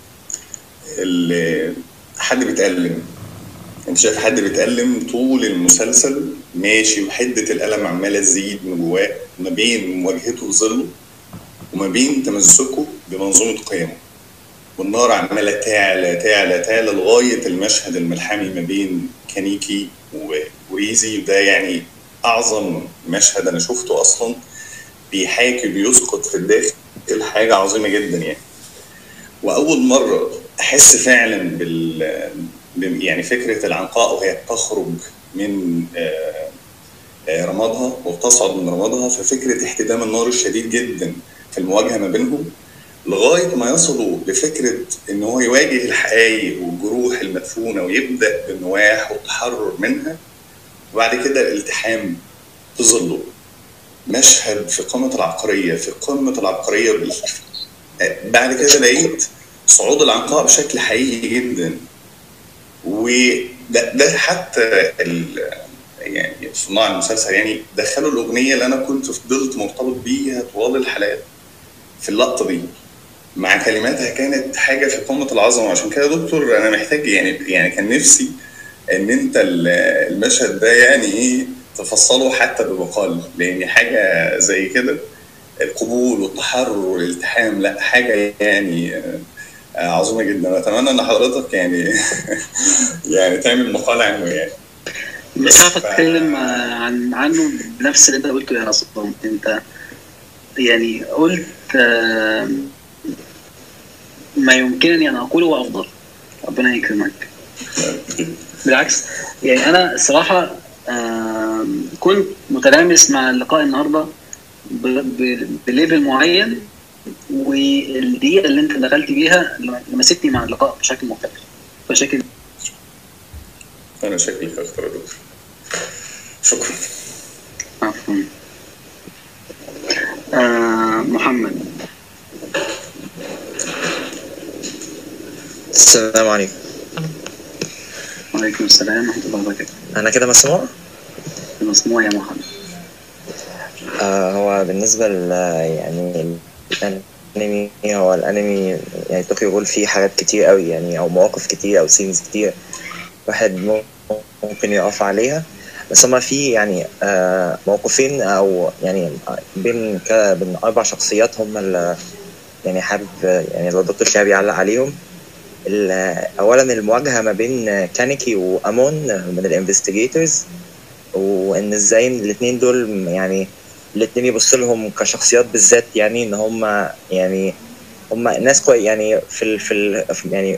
Speaker 8: اللي حد بيتألم، انت شايف حد بيتألم طول المسلسل ماشي، وحده الألم عماله تزيد من جواه ما بين مواجهته لظله وما بين تمسكه بمنظومه قيمه، والنار عماله تعلى لغايه المشهد الملحمي ما بين كانيكي وريزي. وده يعني اعظم مشهد انا شفته اصلا، بيحاكي بيسقط في الداخل حاجه عظيمه جدا يعني. واول مره احس فعلا يعني فكره العنقاء وهي بتخرج من رمادها وبتصعد من رمادها، ففكره احتدام النار الشديد جدا في المواجهه ما بينهم، لغايه ما يصلوا لفكره ان هو يواجه الحقائق والجروح المدفونه ويبدا بالنواح والتحرر منها، وبعد كده الالتحام في ظله. مشهد في قمه العبقريه بعد كده لقيت صعود العنقاء بشكل حقيقي جدا. وده حتى يعني صناع المسلسل يعني دخلوا الاغنيه اللي انا كنت فضلت مرتبط بيها طوال الحلقات في اللقطه دي مع كلماتها، كانت حاجه في قمه العظمه. عشان كده دكتور انا محتاج يعني كان نفسي ان انت المشهد ده يعني ايه تفصله حتى بمقال، لان حاجه زي كده القبول والتحرر والالتحام لا حاجه يعني عظيمه جدا. اتمنى ان حضرتك يعني يعني تعمل مقال عنه يعني.
Speaker 1: مش عارف اتكلم عنه بنفس اللي انت قلته يا عصام. انت يعني قلت ما يمكنني ان اقوله وافضل. ربنا يكرمك. بالعكس يعني انا الصراحه كنت متلامس مع اللقاء النهارده بليفل معين، والدقيقه اللي انت دخلت بيها لمستني مع اللقاء بشكل مختلف. فشكل
Speaker 8: انا شكلي هختار يا دكتور. شكرا.
Speaker 1: عفوا. محمد.
Speaker 9: السلام عليكم.
Speaker 1: وعليكم السلام ورحمة الله وبركاته.
Speaker 9: أنا كده مسموع؟
Speaker 1: مسموع يا محمد.
Speaker 9: هو بالنسبة يعني الأنمي، هو الأنمي يعني طوكيو غول فيه حاجات كتير قوي يعني، أو مواقف كتير أو سينز كتير واحد ممكن يقف عليها، بس هما في يعني موقفين أو يعني بين 4 شخصيات هما اللي يعني حابب يعني لو الدكتور شاب يعلق عليهم. اولا المواجهه ما بين كانيكي وامون من الانفستيجيتورز، وان ازاي الاثنين دول يعني الاثنين يبص لهم كشخصيات بالذات، يعني ان هم يعني هم ناس كويس يعني في يعني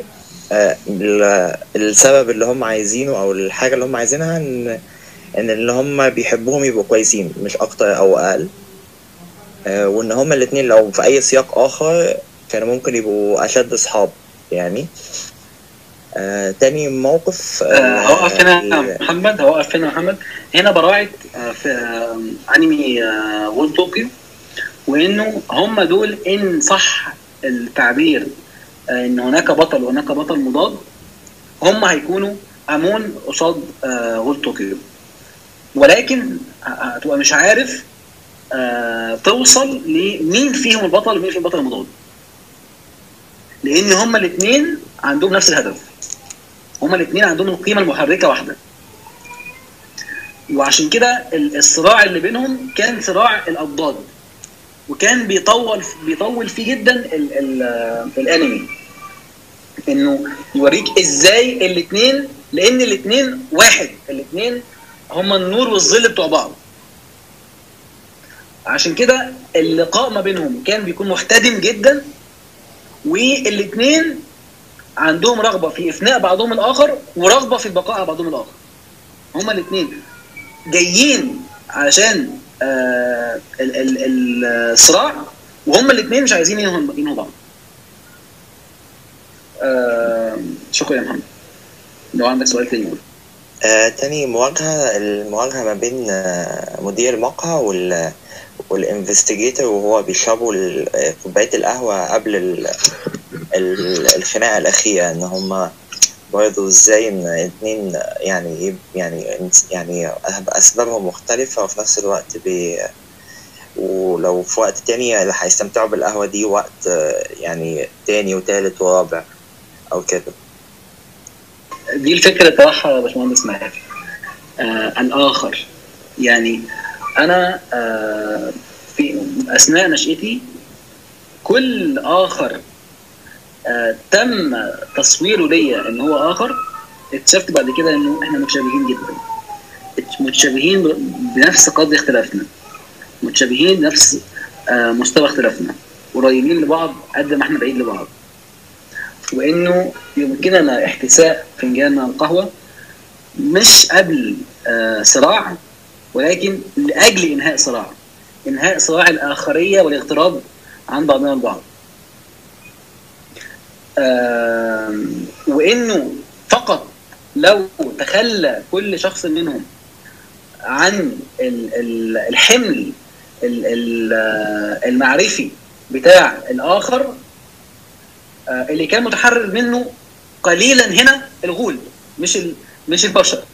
Speaker 9: السبب اللي هم عايزينه او الحاجه اللي هم عايزينها ان اللي هم بيحبوهم يبقوا كويسين مش اكتر او اقل، وان هم الاثنين لو في اي سياق اخر كانوا ممكن يبقوا اشد اصحاب يعني. تاني موقف
Speaker 1: هوقف هنا محمد. هنا براعة في انمي وول طوكيو، وانه هم دول ان صح التعبير ان هناك بطل وهناك بطل مضاد، هم هيكونوا امون قصاد وول طوكيو، ولكن هتبقى مش عارف توصل لمين فيهم البطل ومين فيهم البطل المضاد، لان هم الاثنين عندهم نفس الهدف، هم الاثنين عندهم القيمه المحركه واحده، وعشان كده الصراع اللي بينهم كان صراع الاضداد، وكان بيطول فيه جدا الانمي، انه يوريك ازاي الاثنين، لان الاثنين واحد، الاثنين هم النور والظل بتوع بعض، عشان كده اللقاء ما بينهم كان بيكون محتدم جدا، والاثنين عندهم رغبه في افناء بعضهم الاخر ورغبه في البقاء على بعضهم الاخر. هما الاثنين جايين عشان الصراع، وهما الاثنين مش عايزين ينهوا بعض. شكرا يا محمد. لو عندك سؤال تاني قول.
Speaker 9: تاني المواجهه ما بين مدير المقهى والانفستيجيتور، وهو بيشربوا كوبايه القهوه قبل الخناقه الاخيره، ان هم برضه ازاي ان اتنين يعني اسبابهم مختلفه وفي نفس الوقت ولو في وقت تاني هيستمتعوا بالقهوه دي وقت يعني تاني وتالت ورابع او كده.
Speaker 1: دي الفكره طرحها يا باشمهندس ماهر. الاخر يعني انا في اثناء نشأتي كل اخر تم تصويره ليا ان هو اخر، اكتشفت بعد كده انه احنا متشابهين جدا، متشابهين بنفس قدر اختلافنا، متشابهين بنفس مستوى اختلافنا، قريبين لبعض قد ما احنا بعيد لبعض، وانه يمكننا احتساء فنجان القهوه مش قبل صراع، ولكن لاجل انهاء صراع الاخريه والاغتراب عن بعضنا البعض. وانه فقط لو تخلى كل شخص منهم عن الحمل المعرفي بتاع الاخر اللي كان متحرر منه قليلا هنا الغول مش البشر،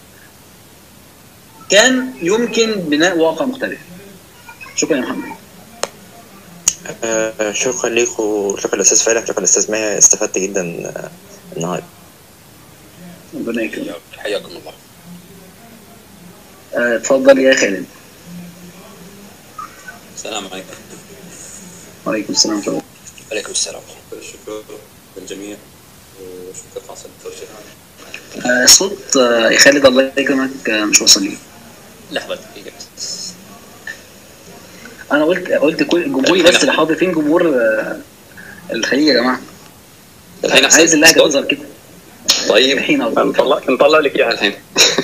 Speaker 1: كان يمكن بناء واقع مختلف. شكرا يا محمد.
Speaker 9: شكرا ليك وشكرا للاستاذ فالح، شكرا للاستاذ ماهر، استفدت جدا النهارده.
Speaker 1: ربنا يكرمك.
Speaker 4: حياكم الله.
Speaker 1: اتفضل يا خالد.
Speaker 10: السلام عليكم.
Speaker 1: وعليكم السلام ورحمه الله.
Speaker 4: وعليكم السلام.
Speaker 10: الشكر للجميع وشكرا خاصة للدكتور شهاب.
Speaker 1: الصوت يا خالد الله يكرمك مش واصل لي.
Speaker 10: لحظة دقيقة.
Speaker 1: انا قلت كل جمهوري بس اللي حاضر، فين جمهور الخليج يا جماعه؟
Speaker 10: الحين
Speaker 1: عايز اللهجه تظهر كده.
Speaker 10: طيب
Speaker 1: الحين
Speaker 10: نطلع لك اياها الحين.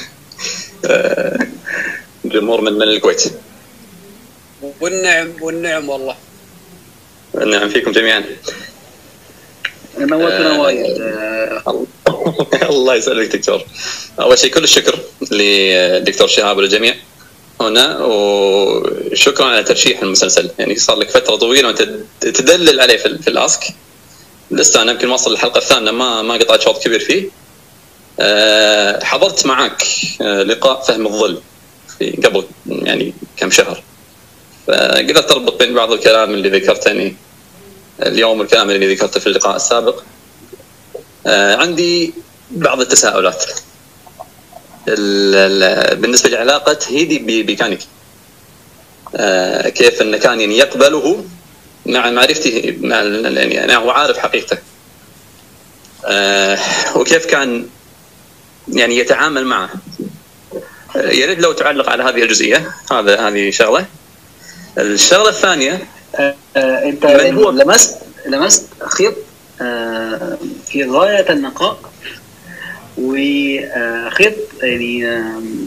Speaker 10: جمهور من الكويت.
Speaker 4: والنعم والله.
Speaker 10: والنعم فيكم جميعا.
Speaker 1: نورتنا وايد.
Speaker 10: الله يسعدك دكتور. اول شيء كل الشكر للدكتور شهاب وللجميع هنا، وشكرا على ترشيح المسلسل. يعني صار لك فتره طويله وانت تدلل عليه في الاسك. لسه انا يمكن واصل الحلقه الثامنه، ما قطعت شوط كبير فيه. حضرت معك لقاء فهم الظل في قبل يعني كم شهر، فقدرت اربط بين بعض الكلام اللي ذكرتني اليوم والكلام اللي ذكرته في اللقاء السابق. عندي بعض التساؤلات بالنسبه لعلاقه هيدي بكانيكي. كيف ان كان يعني يقبله مع معرفتي مع يعني انا هو عارف حقيقته، وكيف كان يعني يتعامل معه. يا ريت لو تعلق على هذه الجزئيه. هذه شغله. الشغله الثانيه،
Speaker 1: انت لمست خيط في غايه النقاء، وخيط يعني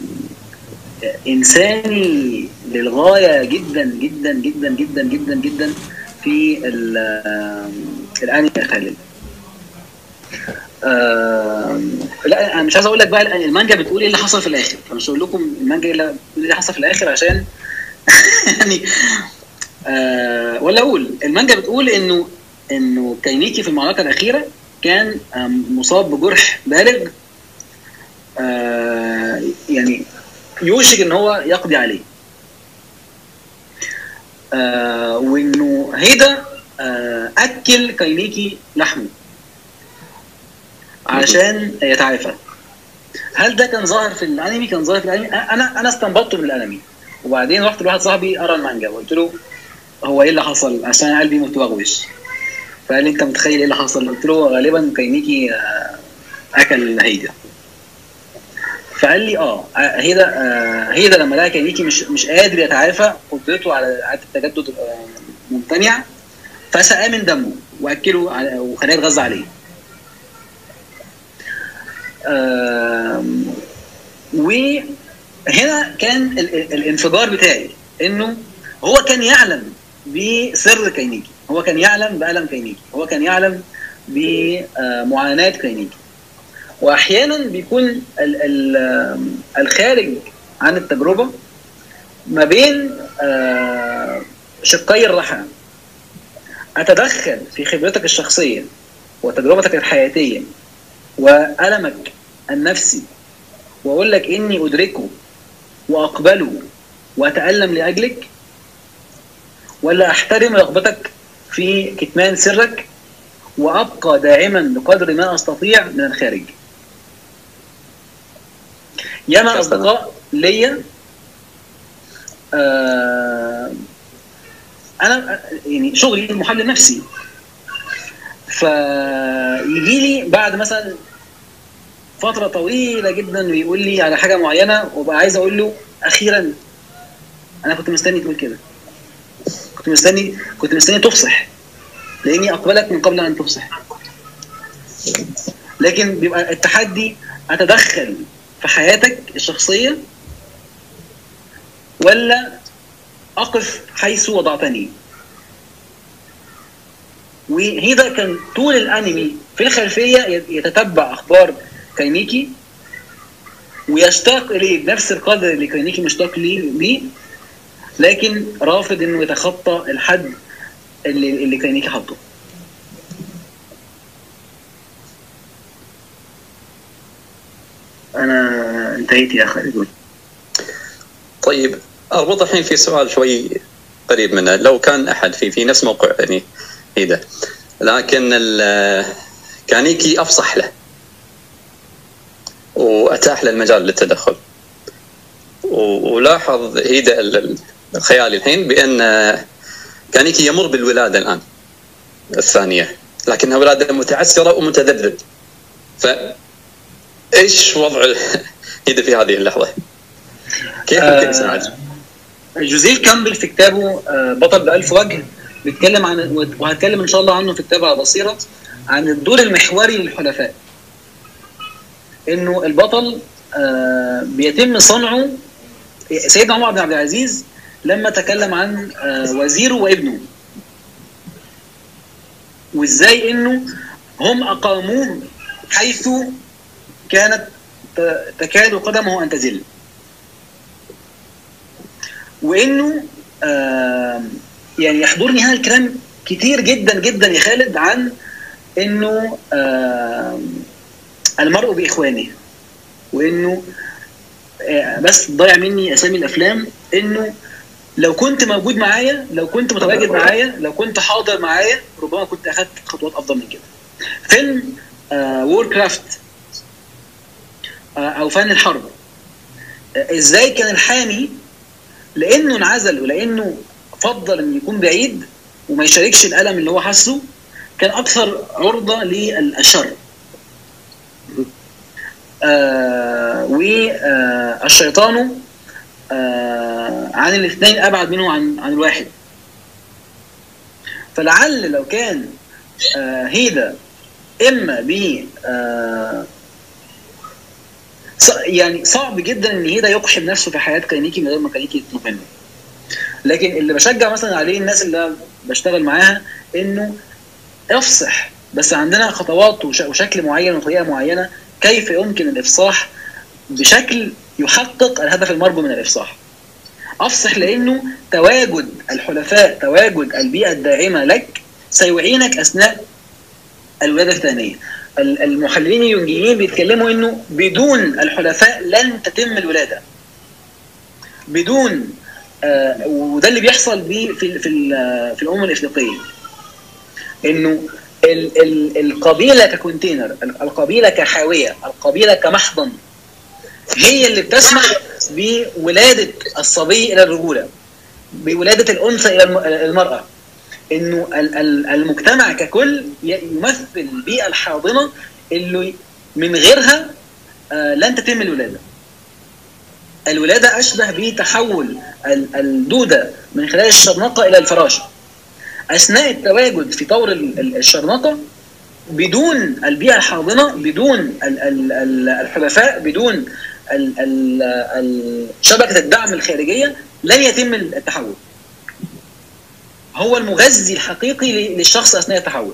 Speaker 1: انساني للغايه جدا جدا جدا جدا جدا جدا في الانمي يا خالد. لا انا مش عايز اقول لك بقى المانجا بتقول ايه اللي حصل في الاخر، فمش هقول لكم المانجا اللي بتقول ايه اللي حصل في الاخر عشان يعني ولا اقول المانجا بتقول انه كاينيكي في المعركه الاخيره كان مصاب بجرح بالغ يعني يوشك ان هو يقضي عليه، وانه هيدا اكل كاينيكي لحمه عشان يتعافى. هل ده كان ظاهر في الانمي؟ كان ظاهر في الانمي. انا استنبطته من الانمي، وبعدين رحت لواحد صاحبي قرا المانجا وقلت له هو ايه اللي حصل عشان قلبي متوغوش. فقال لي انت متخيل ايه اللي حصل؟ قلت له غالبا كاينيكي اكل هيدا. فقال لي هيدا لما لقى كاينيكي مش قادر يتعافى قدرته على اعاده التجدد ممتنع، فسقاه من دمه واكله وخلاه يتغذى عليه. وهنا كان الانفجار بتاعي انه هو كان يعلم بسر كاينيكي، هو كان يعلم بألم كاينيكي، هو كان يعلم بمعاناة كاينيكي. واحيانا بيكون الخارج عن التجربة ما بين شقي الرحى. اتدخل في خبرتك الشخصية وتجربتك الحياتية وألمك النفسي وأقول لك إني أدركه وأقبله وأتألم لأجلك، ولا أحترم رغبتك في كتمان سرك وأبقى داعما بقدر ما أستطيع من الخارج. ياما أصدقاء ليا أنا يعني شغلي محلل نفسي، فيجي لي بعد مثلا فترة طويلة جدا ويقول لي على حاجة معينة، وبقى عايز أقول له أخيرا أنا كنت مستني تقول كده، كنت مستني تفصح، لأني أقبلك من قبل أن تفصح. لكن بيبقى التحدي أتدخل في حياتك الشخصية ولا أقف حيث وضعتني. وهذا كان طول الانمي في الخلفيه يتتبع اخبار كاينيكي ويشتاق اليه بنفس القدر اللي كاينيكي مشتاق ليه، لكن رافض انه يتخطى الحد اللي كاينيكي حطه. انا انتهيت يا خالد.
Speaker 10: طيب اربط الحين في سؤال شوي قريب منه. لو كان احد في نفس موقع يعني هيدا، لكن كانيكي أفصح له وأتاح له المجال للتدخل، ولاحظ هيدا الخيال الحين بأن كانيكي يمر بالولادة الآن الثانية، لكنها ولادة متعسرة ومتذبذب. فإيش وضع هيدا في هذه اللحظة؟ كيف ممكن يساعد؟
Speaker 1: جوزيف كامبل في كتابه بطل بألف وجه بيتكلم عن، وهتكلم ان شاء الله عنه في كتاب على بصيرة، عن الدور المحوري للحلفاء. انه البطل بيتم صنعه. سيدنا عمر بن عبد العزيز لما تكلم عن وزيره وابنه، وازاي انه هم اقاموه حيث كانت تكاد قدمه أن تزل، وإنه يعني يحضرني هذا الكلام كتير جدا جدا يا خالد عن إنه المرء بإخوانه، وإنه بس ضيع مني أسامي الأفلام، إنه لو كنت موجود معايا، لو كنت متواجد معايا، لو كنت حاضر معايا، ربما كنت أخذت خطوات أفضل من كده. فيلم وور كرافت أو فن الحرب، إزاي كان الحامي لأنه انعزل ولأنه فضل أن يكون بعيد وما يشاركش الألم اللي هو حسه، كان أكثر عرضة للشر. والشيطان عن الاثنين أبعد منه عن الواحد. فلعل لو كان هيدا إما ب يعني صعب جدا ان هيدا يقحم نفسه في حياة كاينيكي من غير ما كاينيكي يطلب منه. لكن اللي بشجع مثلا عليه الناس اللي بشتغل معاها انه افصح، بس عندنا خطوات وشكل معين وطريقة معينة كيف يمكن الافصاح بشكل يحقق الهدف المرجو من الافصاح. افصح لانه تواجد الحلفاء، تواجد البيئة الداعمة لك سيعينك اثناء الولادة الثانية. المحللين اليونجيين بيتكلموا انه بدون الحلفاء لن تتم الولادة، بدون وده اللي بيحصل في الأمم الإفريقية، انه القبيلة ككونتينر، القبيلة كحاوية، القبيلة كمحضن هي اللي بتسمح بولادة الصبي إلى الرجولة، بولادة الأنثى إلى المرأة. انه المجتمع ككل يمثل البيئة الحاضنة اللي من غيرها لن تتم الولادة. الولادة أشبه بتحول الدودة من خلال الشرنقة إلى الفراشة. أثناء التواجد في طور الشرنقة بدون البيئة الحاضنة، بدون الحلفاء، بدون شبكة الدعم الخارجية لن يتم التحول. هو المغذي الحقيقي للشخص أثناء التحول.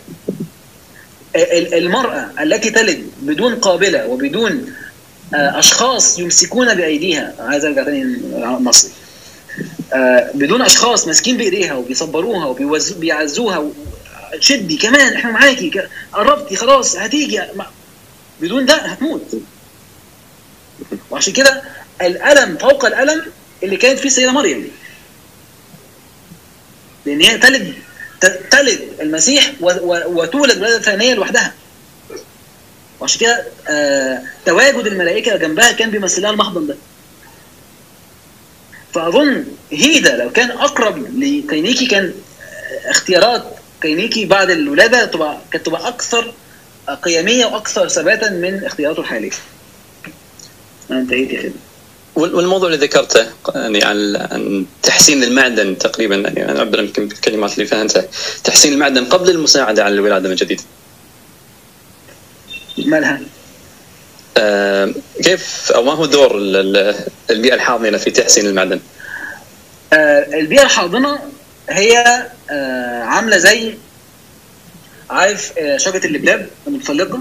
Speaker 1: المرأة التي تلد بدون قابلة وبدون أشخاص يمسكون بأيديها، عايز أرجع تاني مصري، بدون أشخاص ماسكين بإيديها وبيصبروها وبيعزوها، شدي كمان إحنا معاكي، قربتي خلاص هتيجي، بدون ده هتموت. وعشان كده الألم فوق الألم اللي كانت فيه سيدة مريم، لأن هي تلد المسيح وتولد ولادة ثانية لوحدها. وعشان كده تواجد الملائكة جنبها كان بيمثلها المحضن ده. فأظن هيدا لو كان أقرب لكاينيكي كان اختيارات كاينيكي بعد الولادة كانت تبقى أكثر قيمية وأكثر ثباتا من اختياراته الحالية. أنا انتهيت يا خالد.
Speaker 10: والموضوع اللي ذكرته يعني عن تحسين المعدن تقريبا، يعني انا اعبر يمكن بالكلمات اللي فهمتها، تحسين المعدن قبل المساعده على الولاده من جديد.
Speaker 1: مالها؟
Speaker 10: كيف او ما هو دور البيئه الحاضنه في تحسين المعدن؟
Speaker 1: البيئه الحاضنه هي عامله زي، عارف شجره اللبلاب المتسلقه؟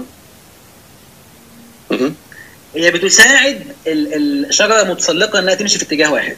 Speaker 1: هي بتساعد الشجرة المتسلقة انها تمشي في اتجاه واحد.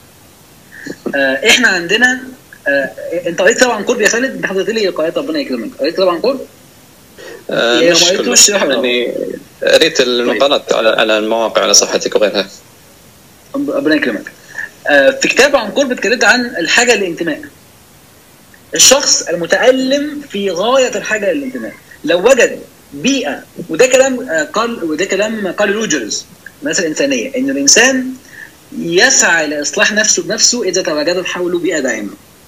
Speaker 1: احنا عندنا انت قريت طبعا قرب يا خالد؟ انت حضرت لي قراءات ربنا يكرمك، قريت طبعا قرب؟
Speaker 10: مش يعني قريت المقالات على المواقع على صفحتك وغيرها.
Speaker 1: ربنا يكرمك. في كتاب عن قرب اتكلمت عن الحاجة للانتماء. الشخص المتألم في غاية الحاجة للانتماء لو وجد بيئة، وده كلام قال روجرز الناس الإنسانية، إن الإنسان يسعى لإصلاح نفسه بنفسه إذا تواجدت حوله بيئة داعمة.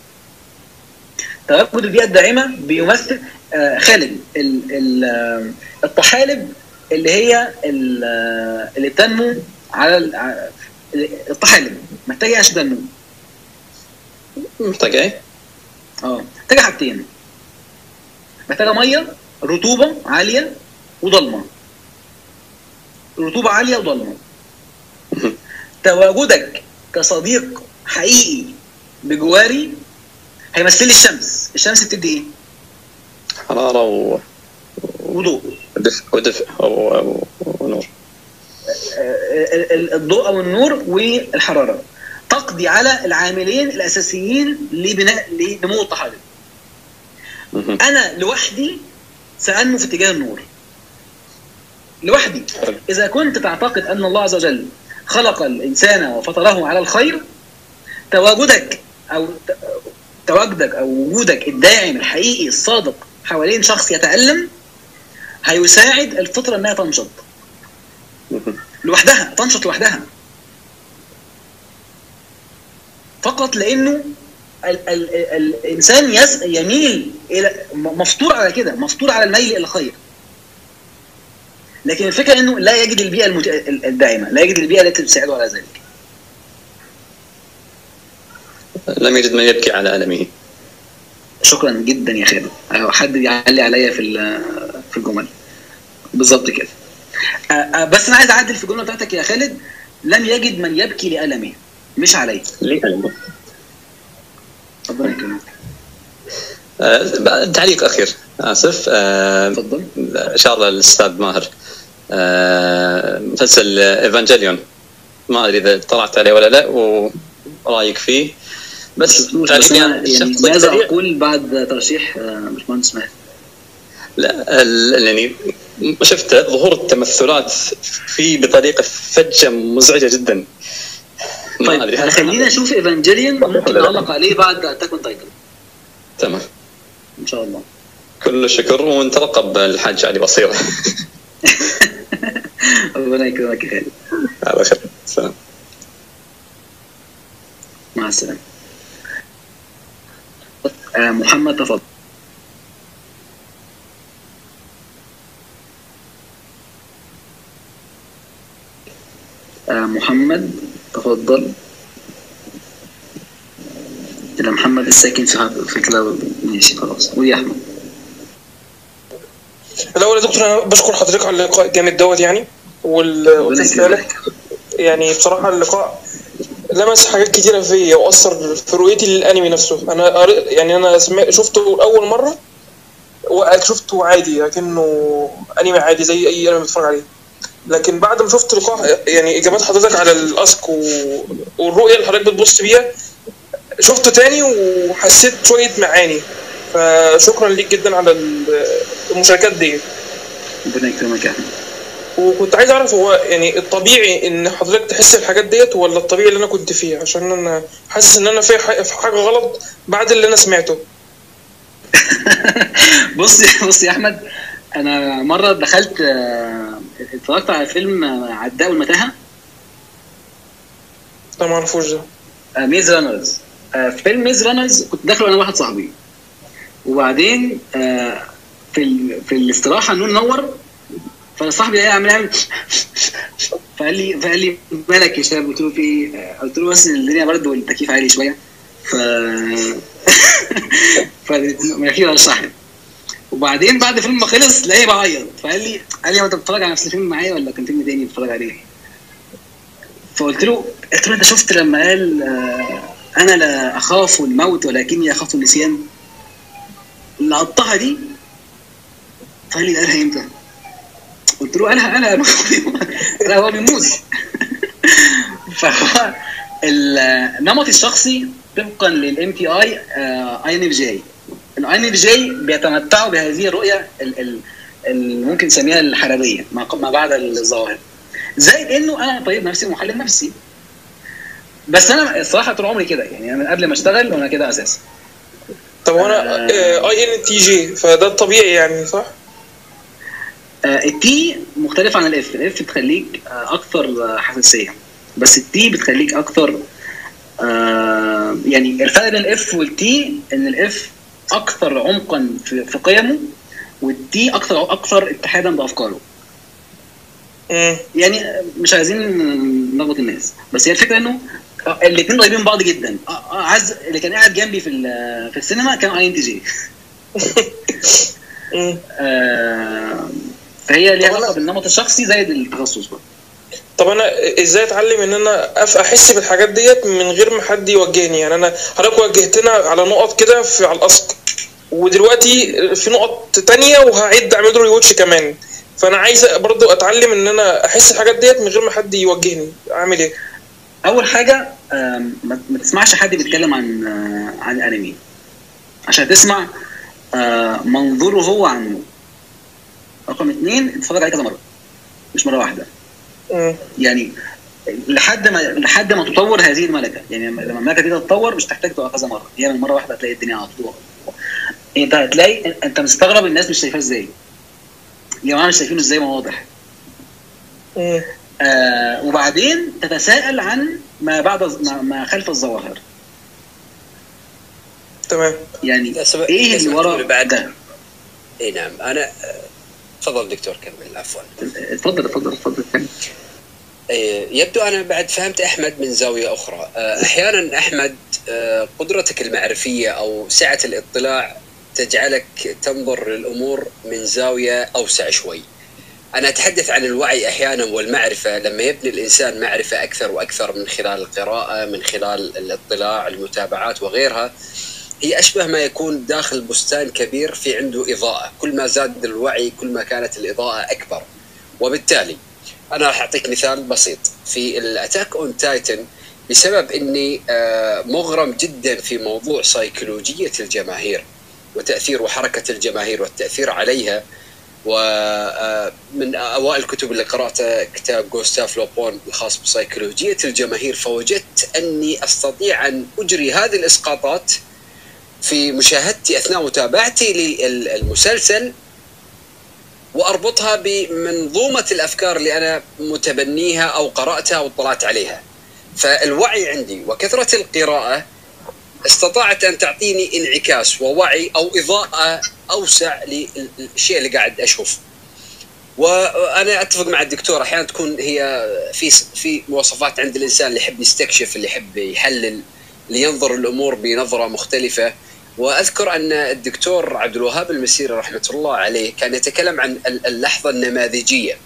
Speaker 1: تواجد البيئة الداعمة بيمثل خالد الطحالب اللي هي اللي بتنمو على الطحالب محتاجة ايش تنمو؟
Speaker 10: محتاجة ايه؟
Speaker 1: محتاجة حاجتين، محتاجة مية، رطوبة عالية وضلمة. رطوبة عالية وضلمة. تواجدك كصديق حقيقي بجواري هيمثل الشمس. الشمس بتدي ايه؟
Speaker 10: حرارة
Speaker 1: وضوء.
Speaker 10: ودفء ونور.
Speaker 1: الضوء او النور والحراره تقضي على العاملين الاساسيين لنمو الطحالب. انا لوحدي سأنمو في اتجاه النور لوحدي. اذا كنت تعتقد ان الله عز وجل خلق الانسان وفطره على الخير، تواجدك او وجودك الداعم الحقيقي الصادق حوالين شخص يتألم هيساعد الفطره انها تنشط لوحدها، تنشط لوحدها، فقط لانه الانسان يميل الى مفطور على كده، مفطور على الميل الى الخير. لكن الفكره انه لا يجد البيئه الداعمه، لا يجد البيئه التي تساعده على ذلك.
Speaker 10: لم يجد من يبكي على ألمه.
Speaker 1: شكرا جدا يا خالد، حد يعلي عليا في الجمل بالظبط كده. بس انا عايز اعدل في الجمله بتاعتك يا خالد، لم يجد من يبكي لألمه مش عليه.
Speaker 10: لألمه.
Speaker 1: ربنا يكرمك.
Speaker 10: تعليق أخير آسف.
Speaker 1: تفضل.
Speaker 10: أشار الأستاذ ماهر مسلسل إيفانجيليون، ما أدري إذا طلعت عليه ولا لا ورأيك فيه، بس
Speaker 1: يعني ماذا أقول بعد ترشيح باشمهندس ماهر؟
Speaker 10: لا يعني شفت ظهور التمثلات فيه بطريقة فجة مزعجة جدا.
Speaker 1: طيب خلينا نشوف إيفانجيليون، ممكن نعلق عليه بعد أتاك أون تايتن.
Speaker 10: تمام
Speaker 1: إن شاء الله.
Speaker 10: كل الشكر، ونترقب الحاج علي بصيرة.
Speaker 1: ربنا يكرمك يا خالد.
Speaker 10: على خير. السلام.
Speaker 1: مع السلامة. محمد تفضل. محمد تفضل. إلى محمد الساكن في كلاود. ماشي خلاص. قول يا أحمد.
Speaker 11: الأول يا دكتور أنا بشكر حضرتك على اللقاء الجامد دوت يعني والتسلية. يعني بصراحة اللقاء لمس حاجات كتيرة فيا وأثر في رؤيتي للأنمي نفسه. أنا يعني أنا شفته أول مرة وشفته عادي لكنه أنمي عادي زي أي أنمي بتفرج عليه، لكن بعد ما شفت لقاء يعني إجابات حضرتك على الأسك والرؤية اللي حضرتك بتبص بيها شفته تاني وحسيت شوية معاني، فشكرا ليك جدا على المشاركات دي.
Speaker 1: ربنا يكرمك يا أحمد.
Speaker 11: وكنت عايز اعرف هو يعني الطبيعي ان حضرتك تحس الحاجات ديت ولا الطبيعي اللي انا كنت فيه، عشان انا حاسس ان انا في حاجه غلط بعد اللي انا سمعته.
Speaker 1: بص يا احمد، انا مره دخلت اتفرجت على فيلم عداء والمتاهه.
Speaker 11: لا ما اعرفوش ده.
Speaker 1: ميز رانرز. فيلم ميز رانرز كنت داخله انا واحد صاحبي، وبعدين في الاستراحه النور نور، فصاحبي ده عامل فقال لي مالك يا شباب؟ قلت له في ايه؟ قلت له بس الدنيا برد والتكييف عالي شويه فمناخيري رشحت. وبعدين بعد الفيلم ما خلص لقيت بعيط، فقال لي هو انت بتتفرج على نفس الفيلم معايا ولا كان فيلم تاني بتتفرج عليه؟ فقلت له انت شفت لما قال انا لا اخاف الموت ولكني اخاف النسيان؟ لقطها دي. فقال لي قالها امتى؟ قلت له قالها لا هو بيموت. فهو النمط الشخصي طبقا للام تي اي ان اف جي. الاي ان اف جي بيتمتعوا بهذه الرؤيه ممكن نسميها الحراريه ما بعد الظواهر، زائد انه انا طبيب نفسي ومحلل نفسي. بس انا الصراحه طول عمري كده، يعني انا قبل ما اشتغل وانا كده اساسا.
Speaker 11: طب وانا اي ان تي جي، فده الطبيعي يعني صح؟
Speaker 1: التي مختلف عن الاف. الاف بتخليك اكثر حساسيه، بس التي بتخليك اكثر يعني الفرق بين الاف والتي ان الاف اكثر عمقا في قيمه، والتي اكثر اتحادا بافكاره. يعني مش عايزين نلخبط الناس، بس هي الفكره انه الاثنين قريبين من بعض جدا. عايز اللي كان قاعد جنبي في السينما كان اي ان تي جي. فهي ليها علاقه بالنمط الشخصي زائد التخصص بقى.
Speaker 11: طب انا ازاي اتعلم ان انا احس بالحاجات ديت من غير ما حد يوجهني؟ يعني انا حضرتك وجهتنا على نقط كده على الاسك، ودلوقتي في نقط تانية وهعيد اعمل له ريواتش كمان، فانا عايز برضو اتعلم ان انا احس الحاجات ديت من غير ما حد يوجهني. اعمل ايه؟
Speaker 1: اول حاجه ما تسمعش حد بيتكلم عن الانمي عشان تسمع منظوره هو عنه. رقم 2 اتفرج عليه كذا مره مش مره واحده. يعني لحد ما تطور هذه الملكه. يعني لما الملكه دي تتطور مش تحتاج تبقى كذا مره، هي من مره واحده هتلاقي الدنيا على طول. انت هتلاقي انت مستغرب الناس مش شايفاه ازاي. يا جماعه مش شايفينه ازاي، ما واضح. وبعدين تتساءل عن ما بعد ما خلف الظواهر.
Speaker 11: تمام.
Speaker 1: يعني ايه اللي ورا بعد ده؟
Speaker 4: اي نعم. انا تفضل دكتور كمل. عفوا.
Speaker 1: تفضل كمل.
Speaker 4: يبدو أنا بعد فهمت أحمد من زاوية أخرى. أحيانا أحمد قدرتك المعرفية أو سعة الاطلاع تجعلك تنظر للأمور من زاوية أوسع شوي. أنا أتحدث عن الوعي أحيانا والمعرفة. لما يبني الإنسان معرفة أكثر وأكثر من خلال القراءة، من خلال الاطلاع، المتابعات وغيرها، هي أشبه ما يكون داخل بستان كبير في عنده إضاءة. كل ما زاد الوعي كل ما كانت الإضاءة أكبر. وبالتالي أنا راح أعطيك مثال بسيط. في الأتاك أون تايتن، بسبب أني مغرم جدا في موضوع سيكولوجية الجماهير وتأثير وحركة الجماهير والتأثير عليها، ومن أوائل الكتب اللي قرأتها كتاب غوستاف لوبون الخاص بسيكولوجية الجماهير، فوجدت أني أستطيع أن أجري هذه الإسقاطات في مشاهدتي أثناء متابعتي للمسلسل وأربطها بمنظومة الأفكار اللي أنا متبنيها أو قرأتها أو اطلعت عليها. فالوعي عندي وكثرة القراءة استطاعت أن تعطيني انعكاس ووعي أو إضاءة أوسع للشيء اللي قاعد أشوف. وأنا أتفق مع الدكتور، أحيانا تكون هي في مواصفات عند الإنسان اللي يحب يستكشف، اللي يحب يحلل، اللي ينظر الأمور بنظرة مختلفة. وأذكر أن الدكتور عبد الوهاب المسيري رحمة الله عليه كان يتكلم عن اللحظة النماذجية.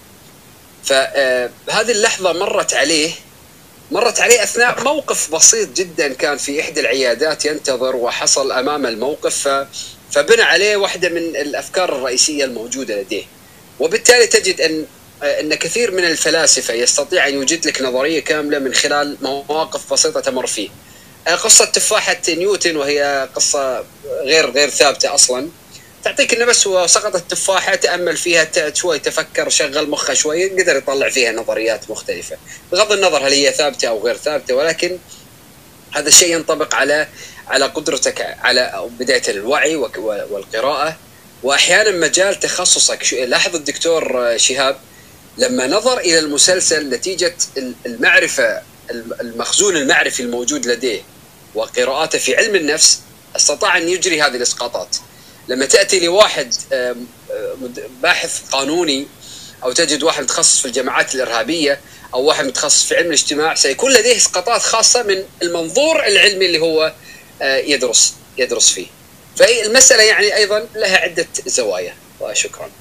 Speaker 4: فهذه اللحظة مرت عليه أثناء موقف بسيط جدا، كان في إحدى العيادات ينتظر وحصل أمام الموقف، فبنى عليه واحدة من الأفكار الرئيسية الموجودة لديه. وبالتالي تجد أن كثير من الفلاسفة يستطيع أن يوجد لك نظرية كاملة من خلال مواقف بسيطة تمر فيه. قصة تفاحة نيوتن، وهي قصة غير ثابتة أصلا، تعطيك إنه بس هو سقطت تفاحة، تأمل فيها شوي، تفكر، شغل مخه شوي، قدر يطلع فيها نظريات مختلفة بغض النظر هل هي ثابتة أو غير ثابتة. ولكن هذا الشيء ينطبق على قدرتك على بداية الوعي والقراءة، وأحيانا مجال تخصصك. لاحظ الدكتور شهاب لما نظر إلى المسلسل نتيجة المعرفة، المخزون المعرفي الموجود لديه وقراءاته في علم النفس، استطاع أن يجري هذه الإسقاطات. لما تأتي لواحد باحث قانوني، أو تجد واحد متخصص في الجماعات الإرهابية، أو واحد متخصص في علم الاجتماع، سيكون لديه إسقاطات خاصة من المنظور العلمي اللي هو يدرس فيه. فالمسألة يعني أيضا لها عدة زوايا. وشكرا.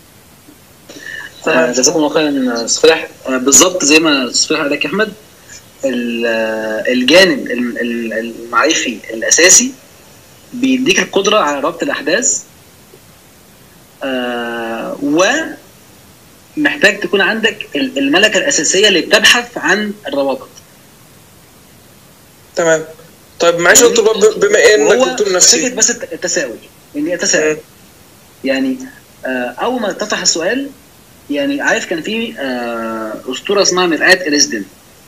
Speaker 1: جزاكم الله خيرا صفيح. بالضبط زي ما صفيح قال لك أحمد، الجانب المعرفي الأساسي بيديك القدرة على ربط الأحداث، ومحتاج تكون عندك الملكة الأساسية اللي بتبحث عن الروابط.
Speaker 11: تمام. طيب معلش دكتور، بما انك دكتور نفسي،
Speaker 1: بس التساؤل اني اتساءل يعني اول ما تطرح السؤال، يعني عارف كان في أسطورة اسمها مرآة إريزدن.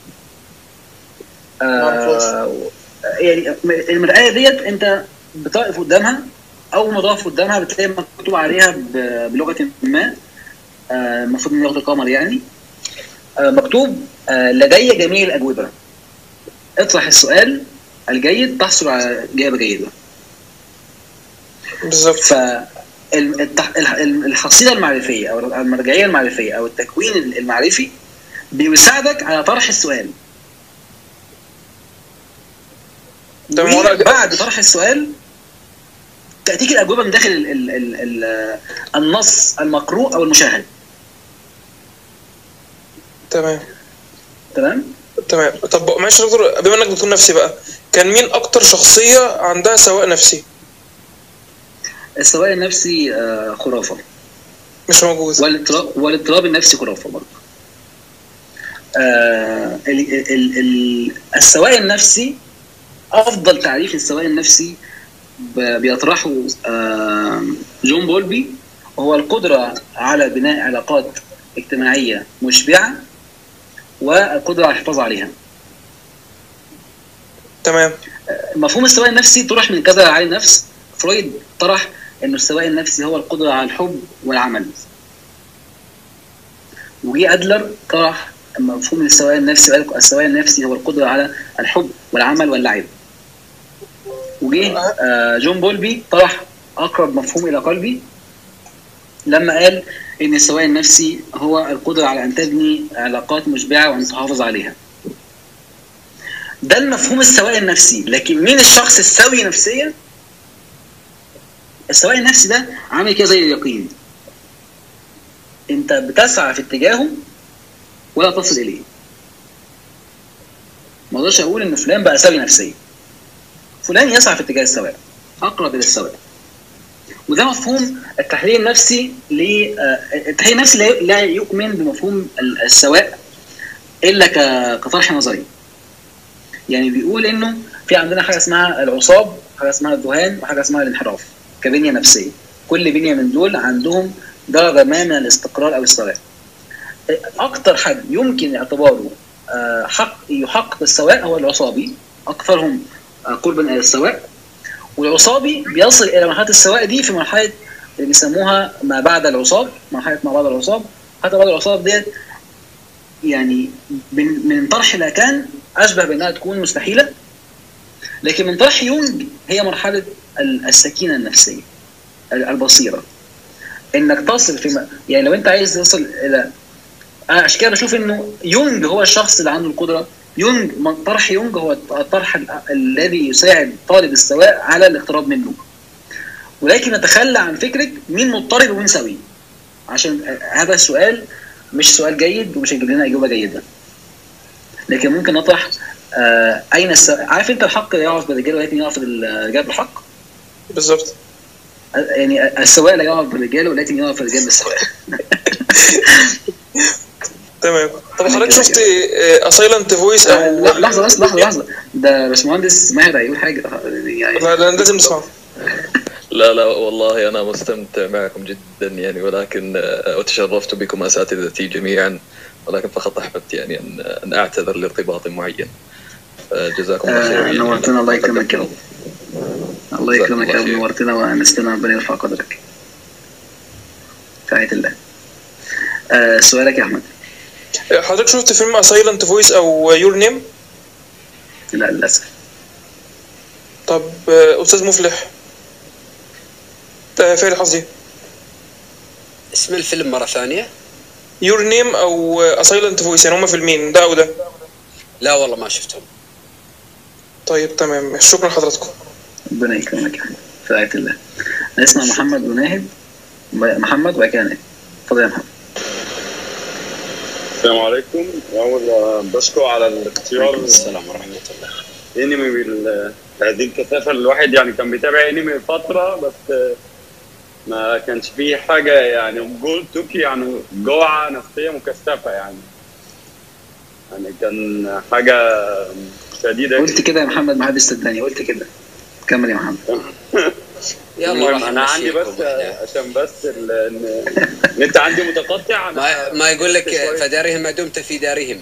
Speaker 1: يعني المرآة ديت انت بتقف قدامها، اول ما تقف قدامها بتلاقي مكتوب عليها بلغه ما، المفروض من لغه القمر يعني، مكتوب لدي جميع الاجوبه، اطرح السؤال الجيد تحصل على اجابه جيده.
Speaker 11: بالظبط.
Speaker 1: فالحصيله المعرفيه او المرجعيه المعرفيه او التكوين المعرفي بيساعدك على طرح السؤال. بعد طرح السؤال تأتيك الأجوبة من داخل النص المقروء أو المشاهد. تمام.
Speaker 11: طب معلش دكتور، بما انك دكتور نفسي بقى، كان مين اكتر شخصية عندها سواء نفسي؟
Speaker 1: السواء النفسي خرافه
Speaker 11: مش موجود.
Speaker 1: والاضطراب النفسي خرافه برضه. السواء النفسي، افضل تعريف للسواء النفسي بيطرحه جون بولبي هو القدره على بناء علاقات اجتماعيه مشبعه والقدره على الحفاظ عليها.
Speaker 11: تمام.
Speaker 1: مفهوم السواء النفسي طرح من كذا عالم نفس. فرويد طرح انه السواء النفسي هو القدره على الحب والعمل، وجي ادلر طرح مفهوم السواء النفسي، السواء النفسي هو القدره على الحب والعمل واللعب. وجي جون بولبي طرح اقرب مفهوم الى قلبي لما قال ان السواء النفسي هو القدره على ان تبني علاقات مشبعه وان تحافظ عليها. ده المفهوم السواء النفسي. لكن مين الشخص السوي نفسيا؟ السواء النفسي ده عامل كده زي اليقين، انت بتسعى في اتجاهه ولا تصل اليه. ما اقدرش اقول ان فلان بقى سوي نفسيا، فلان يسعى في اتجاه السواء، اقرب الى السواء. وده مفهوم التحليل النفسي. التحليل النفسي لا يؤمن بمفهوم السواء الا كطرح نظري. يعني بيقول انه في عندنا حاجه اسمها العصاب، حاجه اسمها الذهان، وحاجه اسمها الانحراف كبنيه نفسيه. كل بنيه من دول عندهم درجه ما من الاستقرار او السواء. اكتر حد يمكن اعتباره يحقق السواء هو العصابي، اكثرهم قربا الى السواء. والعصابي بيصل الى مرحله السواء دي في مرحله اللي بيسموها ما بعد العصاب، مرحله ما بعد العصاب. حتى بعد العصاب ديت يعني من طرح لاكان اشبه بانها تكون مستحيله، لكن من طرح يونج هي مرحله السكينه النفسيه، البصيره، انك تصل في يعني لو انت عايز تصل الى. انا عشان كده بشوف انه يونج هو الشخص اللي عنده القدره. يونج، طرح يونج هو الطرح الذي يساعد طالب السواء على الاقتراب منه. ولكن نتخلى عن فكره مين مضطرب ومين سوي، عشان هذا السؤال مش سؤال جيد ومش هيجيب لنا اجوبه جيده. لكن ممكن نطرح اين عارف انت الحق لا يعرف بالرجال ولكن يعرف الرجال بالحق.
Speaker 11: بالظبط.
Speaker 1: يعني السواء لا يعرف بالرجال ولكن يعرف الرجال بالسواء.
Speaker 11: تمام. طب حضرتك شفت اسايلنت فويس او
Speaker 1: لحظه ده باشمهندس ماهر هيقول حاجه يعني.
Speaker 11: لا لازم نسمع.
Speaker 12: لا والله أنا مستمتع معكم جدا يعني، ولكن وتشرفت بكم أساتذتي جميعا، ولكن فقط أحببت يعني أن أعتذر لارتباط معين. جزاكم الله خير.
Speaker 1: نورتنا. الله يكرمك يا رب. الله يكرمك يا رب. نورتنا وأنستنا، ربنا يرفع قدرك. في رعاية الله. سؤالك يا أحمد.
Speaker 11: حضرتك شفت فيلم اسايلنت فويس او يور نيم؟
Speaker 1: لا للأسف.
Speaker 11: طب أستاذ مفلح فعل حظي،
Speaker 4: اسم الفيلم مرة ثانية؟
Speaker 11: يور نيم او اسايلنت فويس، يعني هما فيلمين ده او ده؟
Speaker 4: لا والله ما شفتهم.
Speaker 11: طيب تمام، شكرا لحضراتكم.
Speaker 1: ربنا يكرمك يا احمد. في رعاية الله. اسمع محمد وناهد. محمد وبعد كده ناهد. اتفضل يا محمد.
Speaker 13: السلام عليكم. اول بشكر على الاختيار.
Speaker 4: السلام ورحمة الله.
Speaker 13: انمي هذه الكثافة. الواحد يعني كان بيتابع انمي فترة بس ما كانش فيه حاجة يعني جول توكي يعني جوعة نفسية مكثفة يعني كان حاجة شديدة.
Speaker 1: قلت كده يا محمد، ما حدش صدقني. قلت كده. كمل يا محمد.
Speaker 4: يلا
Speaker 13: انا عندي بس عشان بس ان انت عندي متقطع.
Speaker 4: ما يقول لك فدارهم ما دمت في دارهم.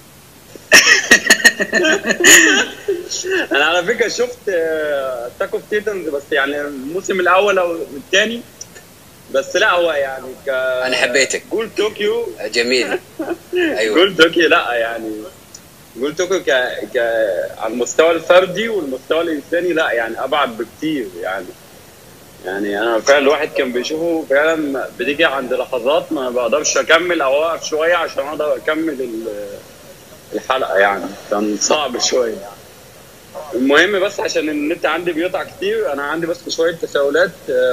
Speaker 13: انا على فكره شفت اتاك اوف تيتنز بس يعني الموسم الاول او الثاني بس. لا هو يعني
Speaker 4: انا حبيتك.
Speaker 13: جول طوكيو
Speaker 4: جميل. ايوه
Speaker 13: جول طوكيو. لا يعني جول طوكيو على المستوى الفردي والمستوى الانساني لا يعني ابعد بكتير يعني انا فعلا الواحد كان بيشوفه فعلا بتيجي عند لحظات ما بقدرش اكمل او اقف شويه عشان اقدر اكمل الحلقه يعني كان صعب شويه. المهم بس عشان النت عندي بيقطع كتير انا عندي بس شويه تساؤلات.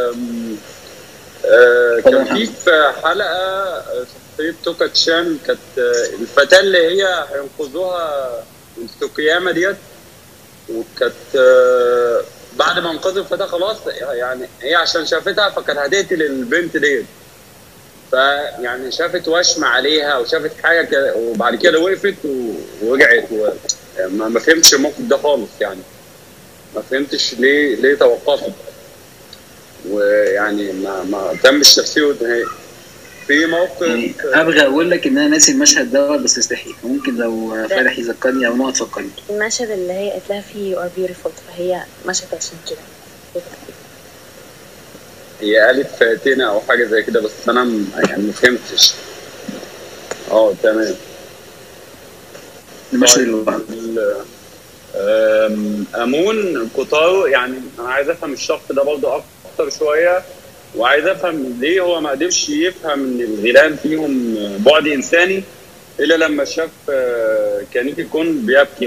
Speaker 13: كان في حلقه شخصيه توكا تشان كانت الفتاه اللي هي هينقذوها من توكياما ديت، وكانت بعد ما انقذ الفتاه خلاص يعني هي عشان شافتها فكانت هتقتل البنت ديت، فيعني شافت وشم عليها وشافت حاجه كده وبعد كده وقفت ورجعت ما فهمتش الموقف ده خالص يعني، ما فهمتش ليه توقفت، ويعني ما تمش تفسيره نهائي. في موقف
Speaker 1: يعني ابغى اقول لك ان انا ناسي المشهد ده بس استحي، ممكن لو فالح يذكرني او نقعد تفكرني.
Speaker 14: المشهد اللي هي قالت لها فيه you are beautiful، فهي مشهد عشان كده.
Speaker 13: هي قالت فاتنة او حاجه زي كده بس انا يعني ما فهمتش. تمام.
Speaker 1: المشهد اللي بعده
Speaker 13: امون كوتارو، يعني انا عايز افهم الشخص ده برضه اكتر شويه، وعايز افهم ليه هو ما قدرش يفهم ان الغيلان فيهم بعد انساني الا لما شاف كانيكي كون بيبكي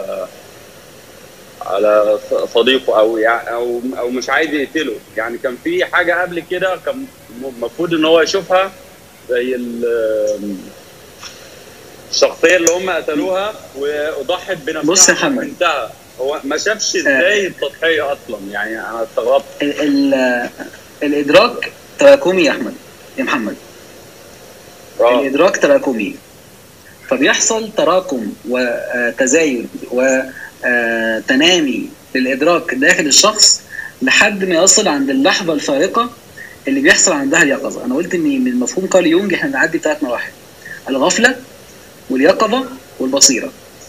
Speaker 13: على صديقه او مش عايز يقتله، يعني كان في حاجه قبل كده كان المفروض ان هو يشوفها زي الشخصيه اللي هم قتلوها وضحت بنفسها.
Speaker 1: بص يا محمد،
Speaker 13: انتهى هو ما شافش ازاي التضحيه اصلا، يعني انا استغربت.
Speaker 1: الادراك تراكمي يا احمد يا محمد. الادراك تراكمي، فبيحصل تراكم وتزايد وتنامي للادراك داخل الشخص لحد ما يصل عند اللحظه الفارقه اللي بيحصل عندها اليقظه. انا قلت ان من مفهوم كارل يونج احنا بنعدي ب3 مراحل: الغفله واليقظه والبصيره.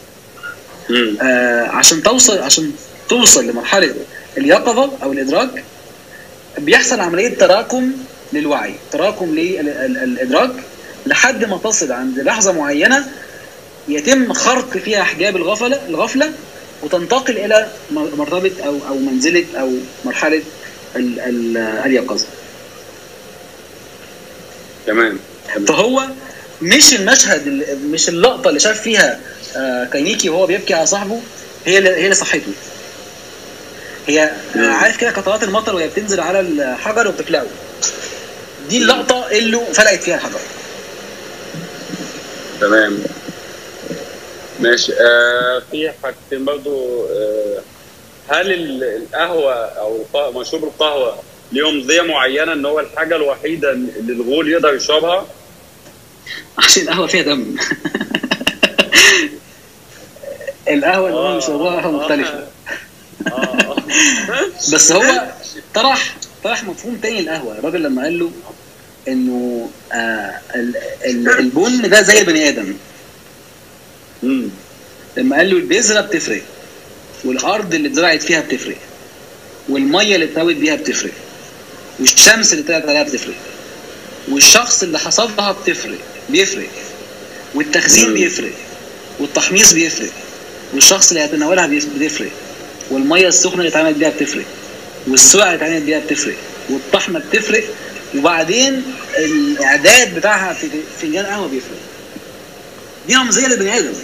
Speaker 1: عشان توصل لمرحله اليقظه او الادراك بيحصل عمليه تراكم للوعي، تراكم للادراك لحد ما تصل عند لحظه معينه يتم خرق فيها حجاب الغفله وتنتقل الى مرتبه او منزله او مرحله اليقظه.
Speaker 13: تمام.
Speaker 1: فهو مش المشهد مش اللقطه اللي شاف فيها كاينيكي وهو بيبكي على صاحبه هي اللي صحته. هي عارف كده قطرات المطر وهي بتنزل على الحجر وبتفلقه، دي اللقطه اللي فلقت فيها الحجر.
Speaker 13: تمام ماشي. في حاجتين برضو. هل القهوه او مشروب القهوه ليهم ضيه معينه ان هو الحاجه الوحيده اللي الغول يقدر يشربها؟
Speaker 1: عشان القهوه فيها دم. القهوه اللي هم بيشربوها قهوه مختلفه. بس هو طرح مفهوم تاني للقهوه. الراجل لما قال له انه البن ده زي البني ادم، لما قال له البذره بتفرق والارض اللي اتزرعت فيها بتفرق والميه اللي اتروت بيها بتفرق والشمس اللي طلعت عليها بتفرق والشخص اللي حصدها بيفرق والتخزين بيفرق والتحميص بيفرق والشخص اللي هيتناولها بيفرق والميه السخنه اللي اتعملت بيها بتفرق والسرعه اللي اتعملت بيها بتفرق والطحنه بتفرق وبعدين الاعداد بتاعها في فنجان قهوه بيفرق. دي رمزيه للبني ادم.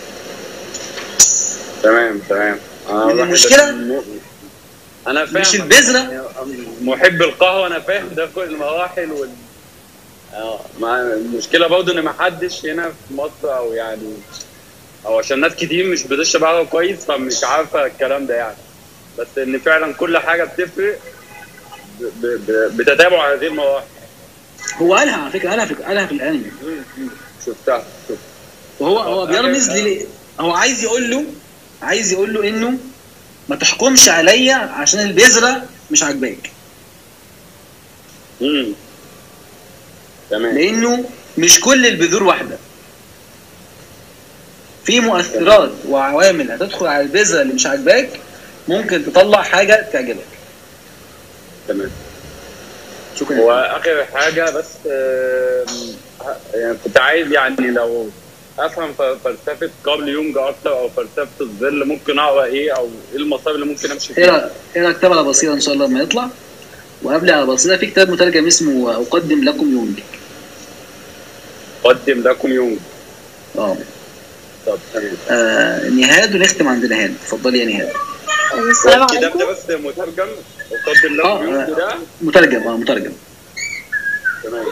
Speaker 13: تمام.
Speaker 1: المشكله
Speaker 13: انا فاهم
Speaker 1: مش البذره.
Speaker 13: محب القهوه انا فاهم ده كل المراحل المشكله برضه ان ما حدش هنا في مصر او عشان ناس كتير مش بتشرب قهوه كويس فمش عارفه الكلام ده يعني، بس ان فعلا كل حاجه بتفرق بتتابع هذه المراحل.
Speaker 1: هو قالها على فكره، قالها في الانمي.
Speaker 13: شفتها.
Speaker 1: وهو بيرمز هو عايز يقول له انه ما تحكمش عليا عشان البذره مش عاجباك.
Speaker 13: تمام.
Speaker 1: لانه مش كل البذور واحده، في مؤثرات وعوامل هتدخل على البذره اللي مش عاجباك ممكن تطلع حاجه تعجبك.
Speaker 13: تمام.
Speaker 1: شكرا.
Speaker 13: واخر حاجه بس يعني كنت عايز يعني لو افهم فلسفه كارل يونج اكتر او فلسفه الظل ممكن اقرا ايه او ايه المسار اللي ممكن امشي فيه؟
Speaker 1: اقرا كتاب على بصيره ان شاء الله لما يطلع، وقبل على بصيره في كتاب مترجم اسمه اقدم لكم يونج.
Speaker 13: اقدم لكم يونج. طب
Speaker 1: تمام. نهاد ونختم عند نهاد. اتفضلي يا نهاد.
Speaker 14: السلام عليكم.
Speaker 13: الكتاب ده بس مترجم؟ اقدم لكم يونج ده
Speaker 1: مترجم.
Speaker 13: تمام.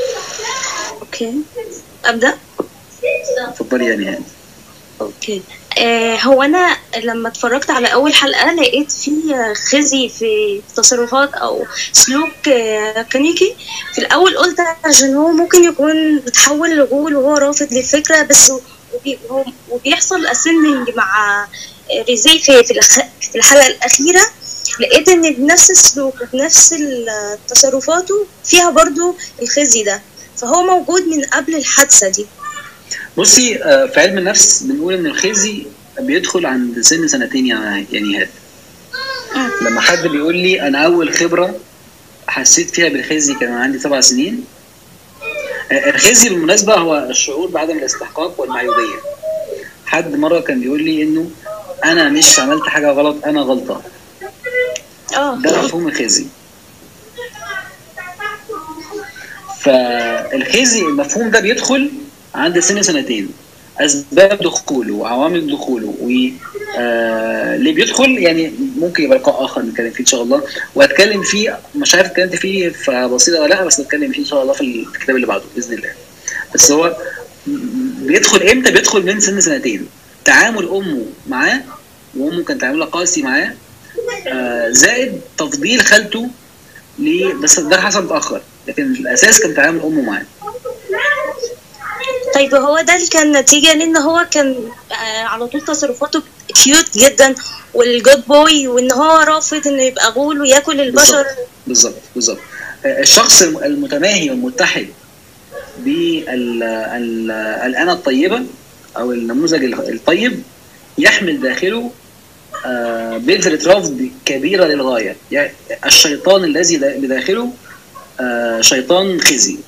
Speaker 14: اوكي ابدا.
Speaker 1: اتفضلي يا نهاد.
Speaker 14: اوكي.
Speaker 15: هو انا لما اتفرجت على اول حلقه لقيت فيه خزي في تصرفات او سلوك كانيكي. في الاول قلت عشان هو ممكن يكون بتحول لغول وهو رافض للفكره بس، وبيحصل اسندنج مع ريزي في الحلقه الاخيره. لقيت ان بنفس السلوك وبنفس تصرفاته فيها برضو الخزي ده، فهو موجود من قبل الحادثه دي.
Speaker 1: بصي في علم النفس بنقول ان الخزي بيدخل عند سن 2 يعني هاد. لما حد بيقول لي انا اول خبره حسيت فيها بالخزي كان عندي 7 سنين. الخزي بالمناسبه هو الشعور بعدم الاستحقاق والمعيوبيه. حد مره كان بيقول لي انه انا مش عملت حاجه غلط، انا غلطه. ده مفهوم الخزي. فالخزي المفهوم ده بيدخل عند سن 2. اسباب دخوله وعوامل دخوله ليه بيدخل يعني ممكن يبقى لقاء اخر نتكلم فيه ان شاء الله، واتكلم فيه مش عارف اتكلمت فيه في بسيطه ولا لا، بس نتكلم فيه ان شاء الله في الكتاب اللي بعده باذن الله. بس هو بيدخل امتى؟ بيدخل من سن 2. تعامل امه معاه، وامه كان تعاملها قاسي معاه، زائد تفضيل خالته ليه، بس ده حصل متاخر، لكن الاساس كان تعامل امه معاه.
Speaker 15: طيب هو ده اللي كان نتيجة لأن هو كان على طول تصرفاته كيوت جدا والجود بوي، وإن هو رافض إنه يبقى غول وياكل البشر.
Speaker 1: بالظبط. الشخص المتماهي والمتحد بالأنا الطيبة أو النموذج الطيب يحمل داخله بذرة رفض كبيرة للغاية. يعني الشيطان الذي بداخله شيطان خزي.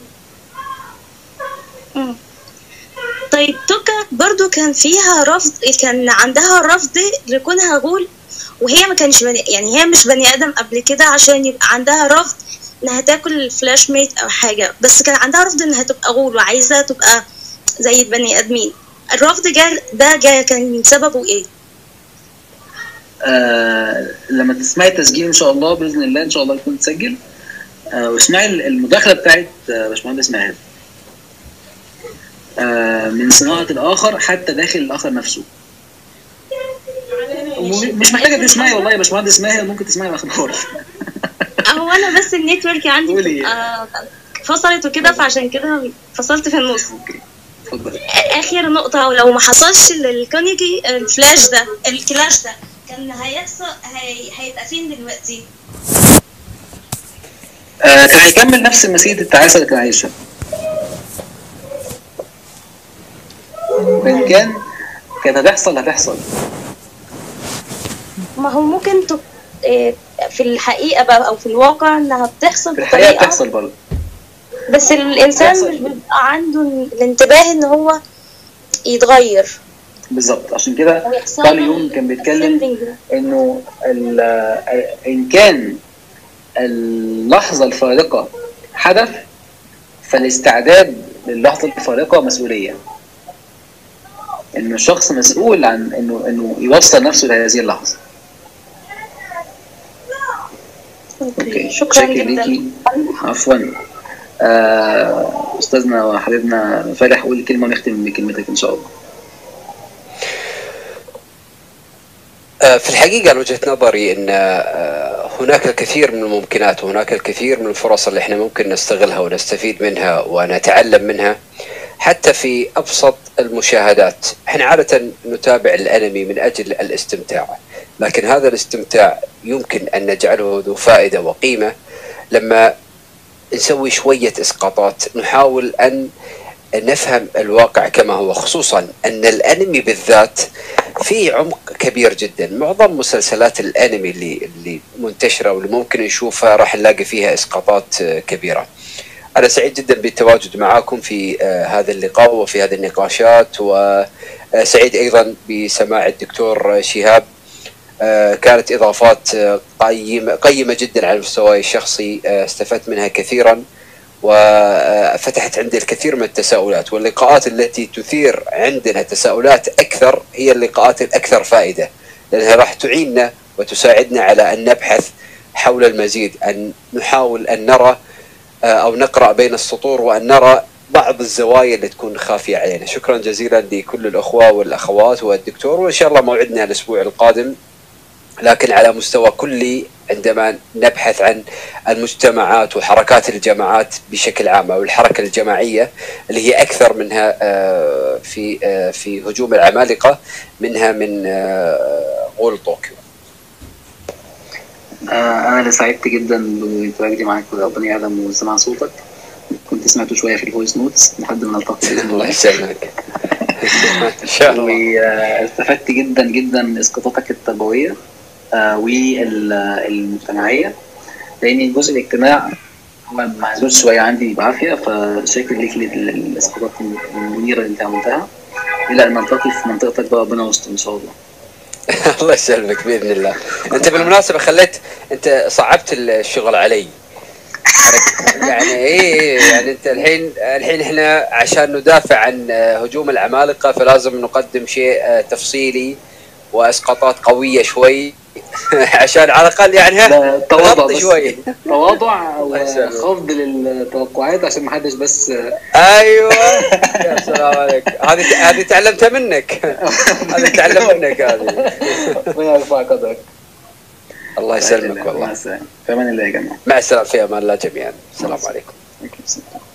Speaker 15: طيب توكا برضو كان فيها رفض، كان عندها رفض لكونها غول، وهي ما كانش يعني هي مش بني ادم قبل كده عشان يبقى عندها رفض انها تاكل فلاش ميت او حاجه، بس كان عندها رفض انها تبقى غول وعايزه تبقى زي البني ادمين. الرفض ده كان سببه ايه؟
Speaker 1: لما تسمعي التسجيل ان شاء الله باذن الله ان شاء الله يكون تسجل، واسمعي المداخله بتاعت باشمهندس ماهر من صناعة الآخر حتى داخل الآخر نفسه. مش محتاجة تسمعي والله يا باشمهندس ماهر، ممكن تسمعي الأخبار.
Speaker 15: هو أنا بس النتورك عندي فصلت وكده، فعشان كده فصلت في النص.
Speaker 1: اتفضل.
Speaker 15: آخر نقطة، ولو ما حصلش للكونيجي الكلاش ده كان هيحصل هيبقى فين دلوقتي؟
Speaker 1: كان هيكمل نفس مسيرة التعاسة اللي كان عايشها. وإن كانت هتحصل.
Speaker 15: ما هو ممكن في الحقيقة بقى أو في الواقع إنها بتحصل
Speaker 1: في الحقيقة بتحصل برضه،
Speaker 15: بس الإنسان مش بيبقى عنده الانتباه إن هو يتغير.
Speaker 1: بالظبط. عشان كده كارل يونغ كان بيتكلم إنه إن كان اللحظة الفارقة حدث، فالاستعداد للحظة الفارقة مسؤولية. إنه الشخص مسؤول عن إنه يوصل نفسه لهذه اللحظة.
Speaker 15: أوكي. شكرا
Speaker 1: ليكي. عفوا. أستاذنا وحبيبنا فالح، قول كلمة ونختم بكلمتك إن شاء الله.
Speaker 4: في الحقيقة أنا وجهة نظري أن هناك الكثير من الممكنات وهناك الكثير من الفرص اللي احنا ممكن نستغلها ونستفيد منها ونتعلم منها حتى في أبسط المشاهدات. احنا عادة نتابع الأنمي من أجل الاستمتاع، لكن هذا الاستمتاع يمكن أن نجعله ذو فائدة وقيمة لما نسوي شوية إسقاطات، نحاول أن نفهم الواقع كما هو، خصوصا أن الأنمي بالذات فيه عمق كبير جدا. معظم مسلسلات الأنمي اللي منتشرة واللي ممكن نشوفها راح نلاقي فيها إسقاطات كبيرة. أنا سعيد جدا بالتواجد معكم في هذا اللقاء وفي هذه النقاشات، وسعيد أيضا بسماع الدكتور شهاب. كانت إضافات قيمة جدا على المستوى الشخصي، استفدت منها كثيرا وفتحت عندي الكثير من التساؤلات، واللقاءات التي تثير عندنا تساؤلات أكثر هي اللقاءات الأكثر فائدة، لأنها راح تعيننا وتساعدنا على أن نبحث حول المزيد، أن نحاول أن نرى أو نقرأ بين السطور وأن نرى
Speaker 16: بعض الزوايا اللي تكون خافية علينا. شكرا جزيلا لكل الأخوة والأخوات والدكتور، وإن شاء الله موعدنا الأسبوع القادم لكن على مستوى كلي عندما نبحث عن المجتمعات وحركات الجماعات بشكل عام، أو الحركة الجماعية اللي هي أكثر منها في هجوم العمالقة منها من غول طوكيو.
Speaker 1: أنا اللي سعدت جدا بتواجدي معاك وربنا يعلم وسمع صوتك، كنت سمعته شوية في الفويس نوتس لحد ما نلتقي.
Speaker 16: الله يسلمك. إن شاء الله.
Speaker 1: واستفدت جدا جدا من إسقاطاتك التربوية والمجتمعية، لأن الجزء الاجتماع هو معزول شوية عندي بعافية، فشاكر ليك الإسقاطات المنيرة اللي أنت عملتها، إلى أن نلتقي في منطقتك بقى ربنا يستر إن شاء الله.
Speaker 16: الله يسلمك بإذن الله. أنت بالمناسبة أنت صعبت الشغل علي. يعني إيه يعني أنت الحين إحنا عشان ندافع عن هجوم العمالقة فلازم نقدم شيء تفصيلي وإسقاطات قوية شوي عشان على الأقل يعني
Speaker 1: تواضع شوي، تواضع وخفض للتوقعات عشان ما حدش بس.
Speaker 16: أيوة يا سلام عليك، هذه تعلمتها منك. هذه تعلم منك هذه.
Speaker 1: ربنا يرفع قدرك.
Speaker 16: الله يسلمك والله.
Speaker 1: مع السلامة. في أمان الله يا جماعة.
Speaker 16: مع السلامة، في أمان الله جميعا. السلام عليكم.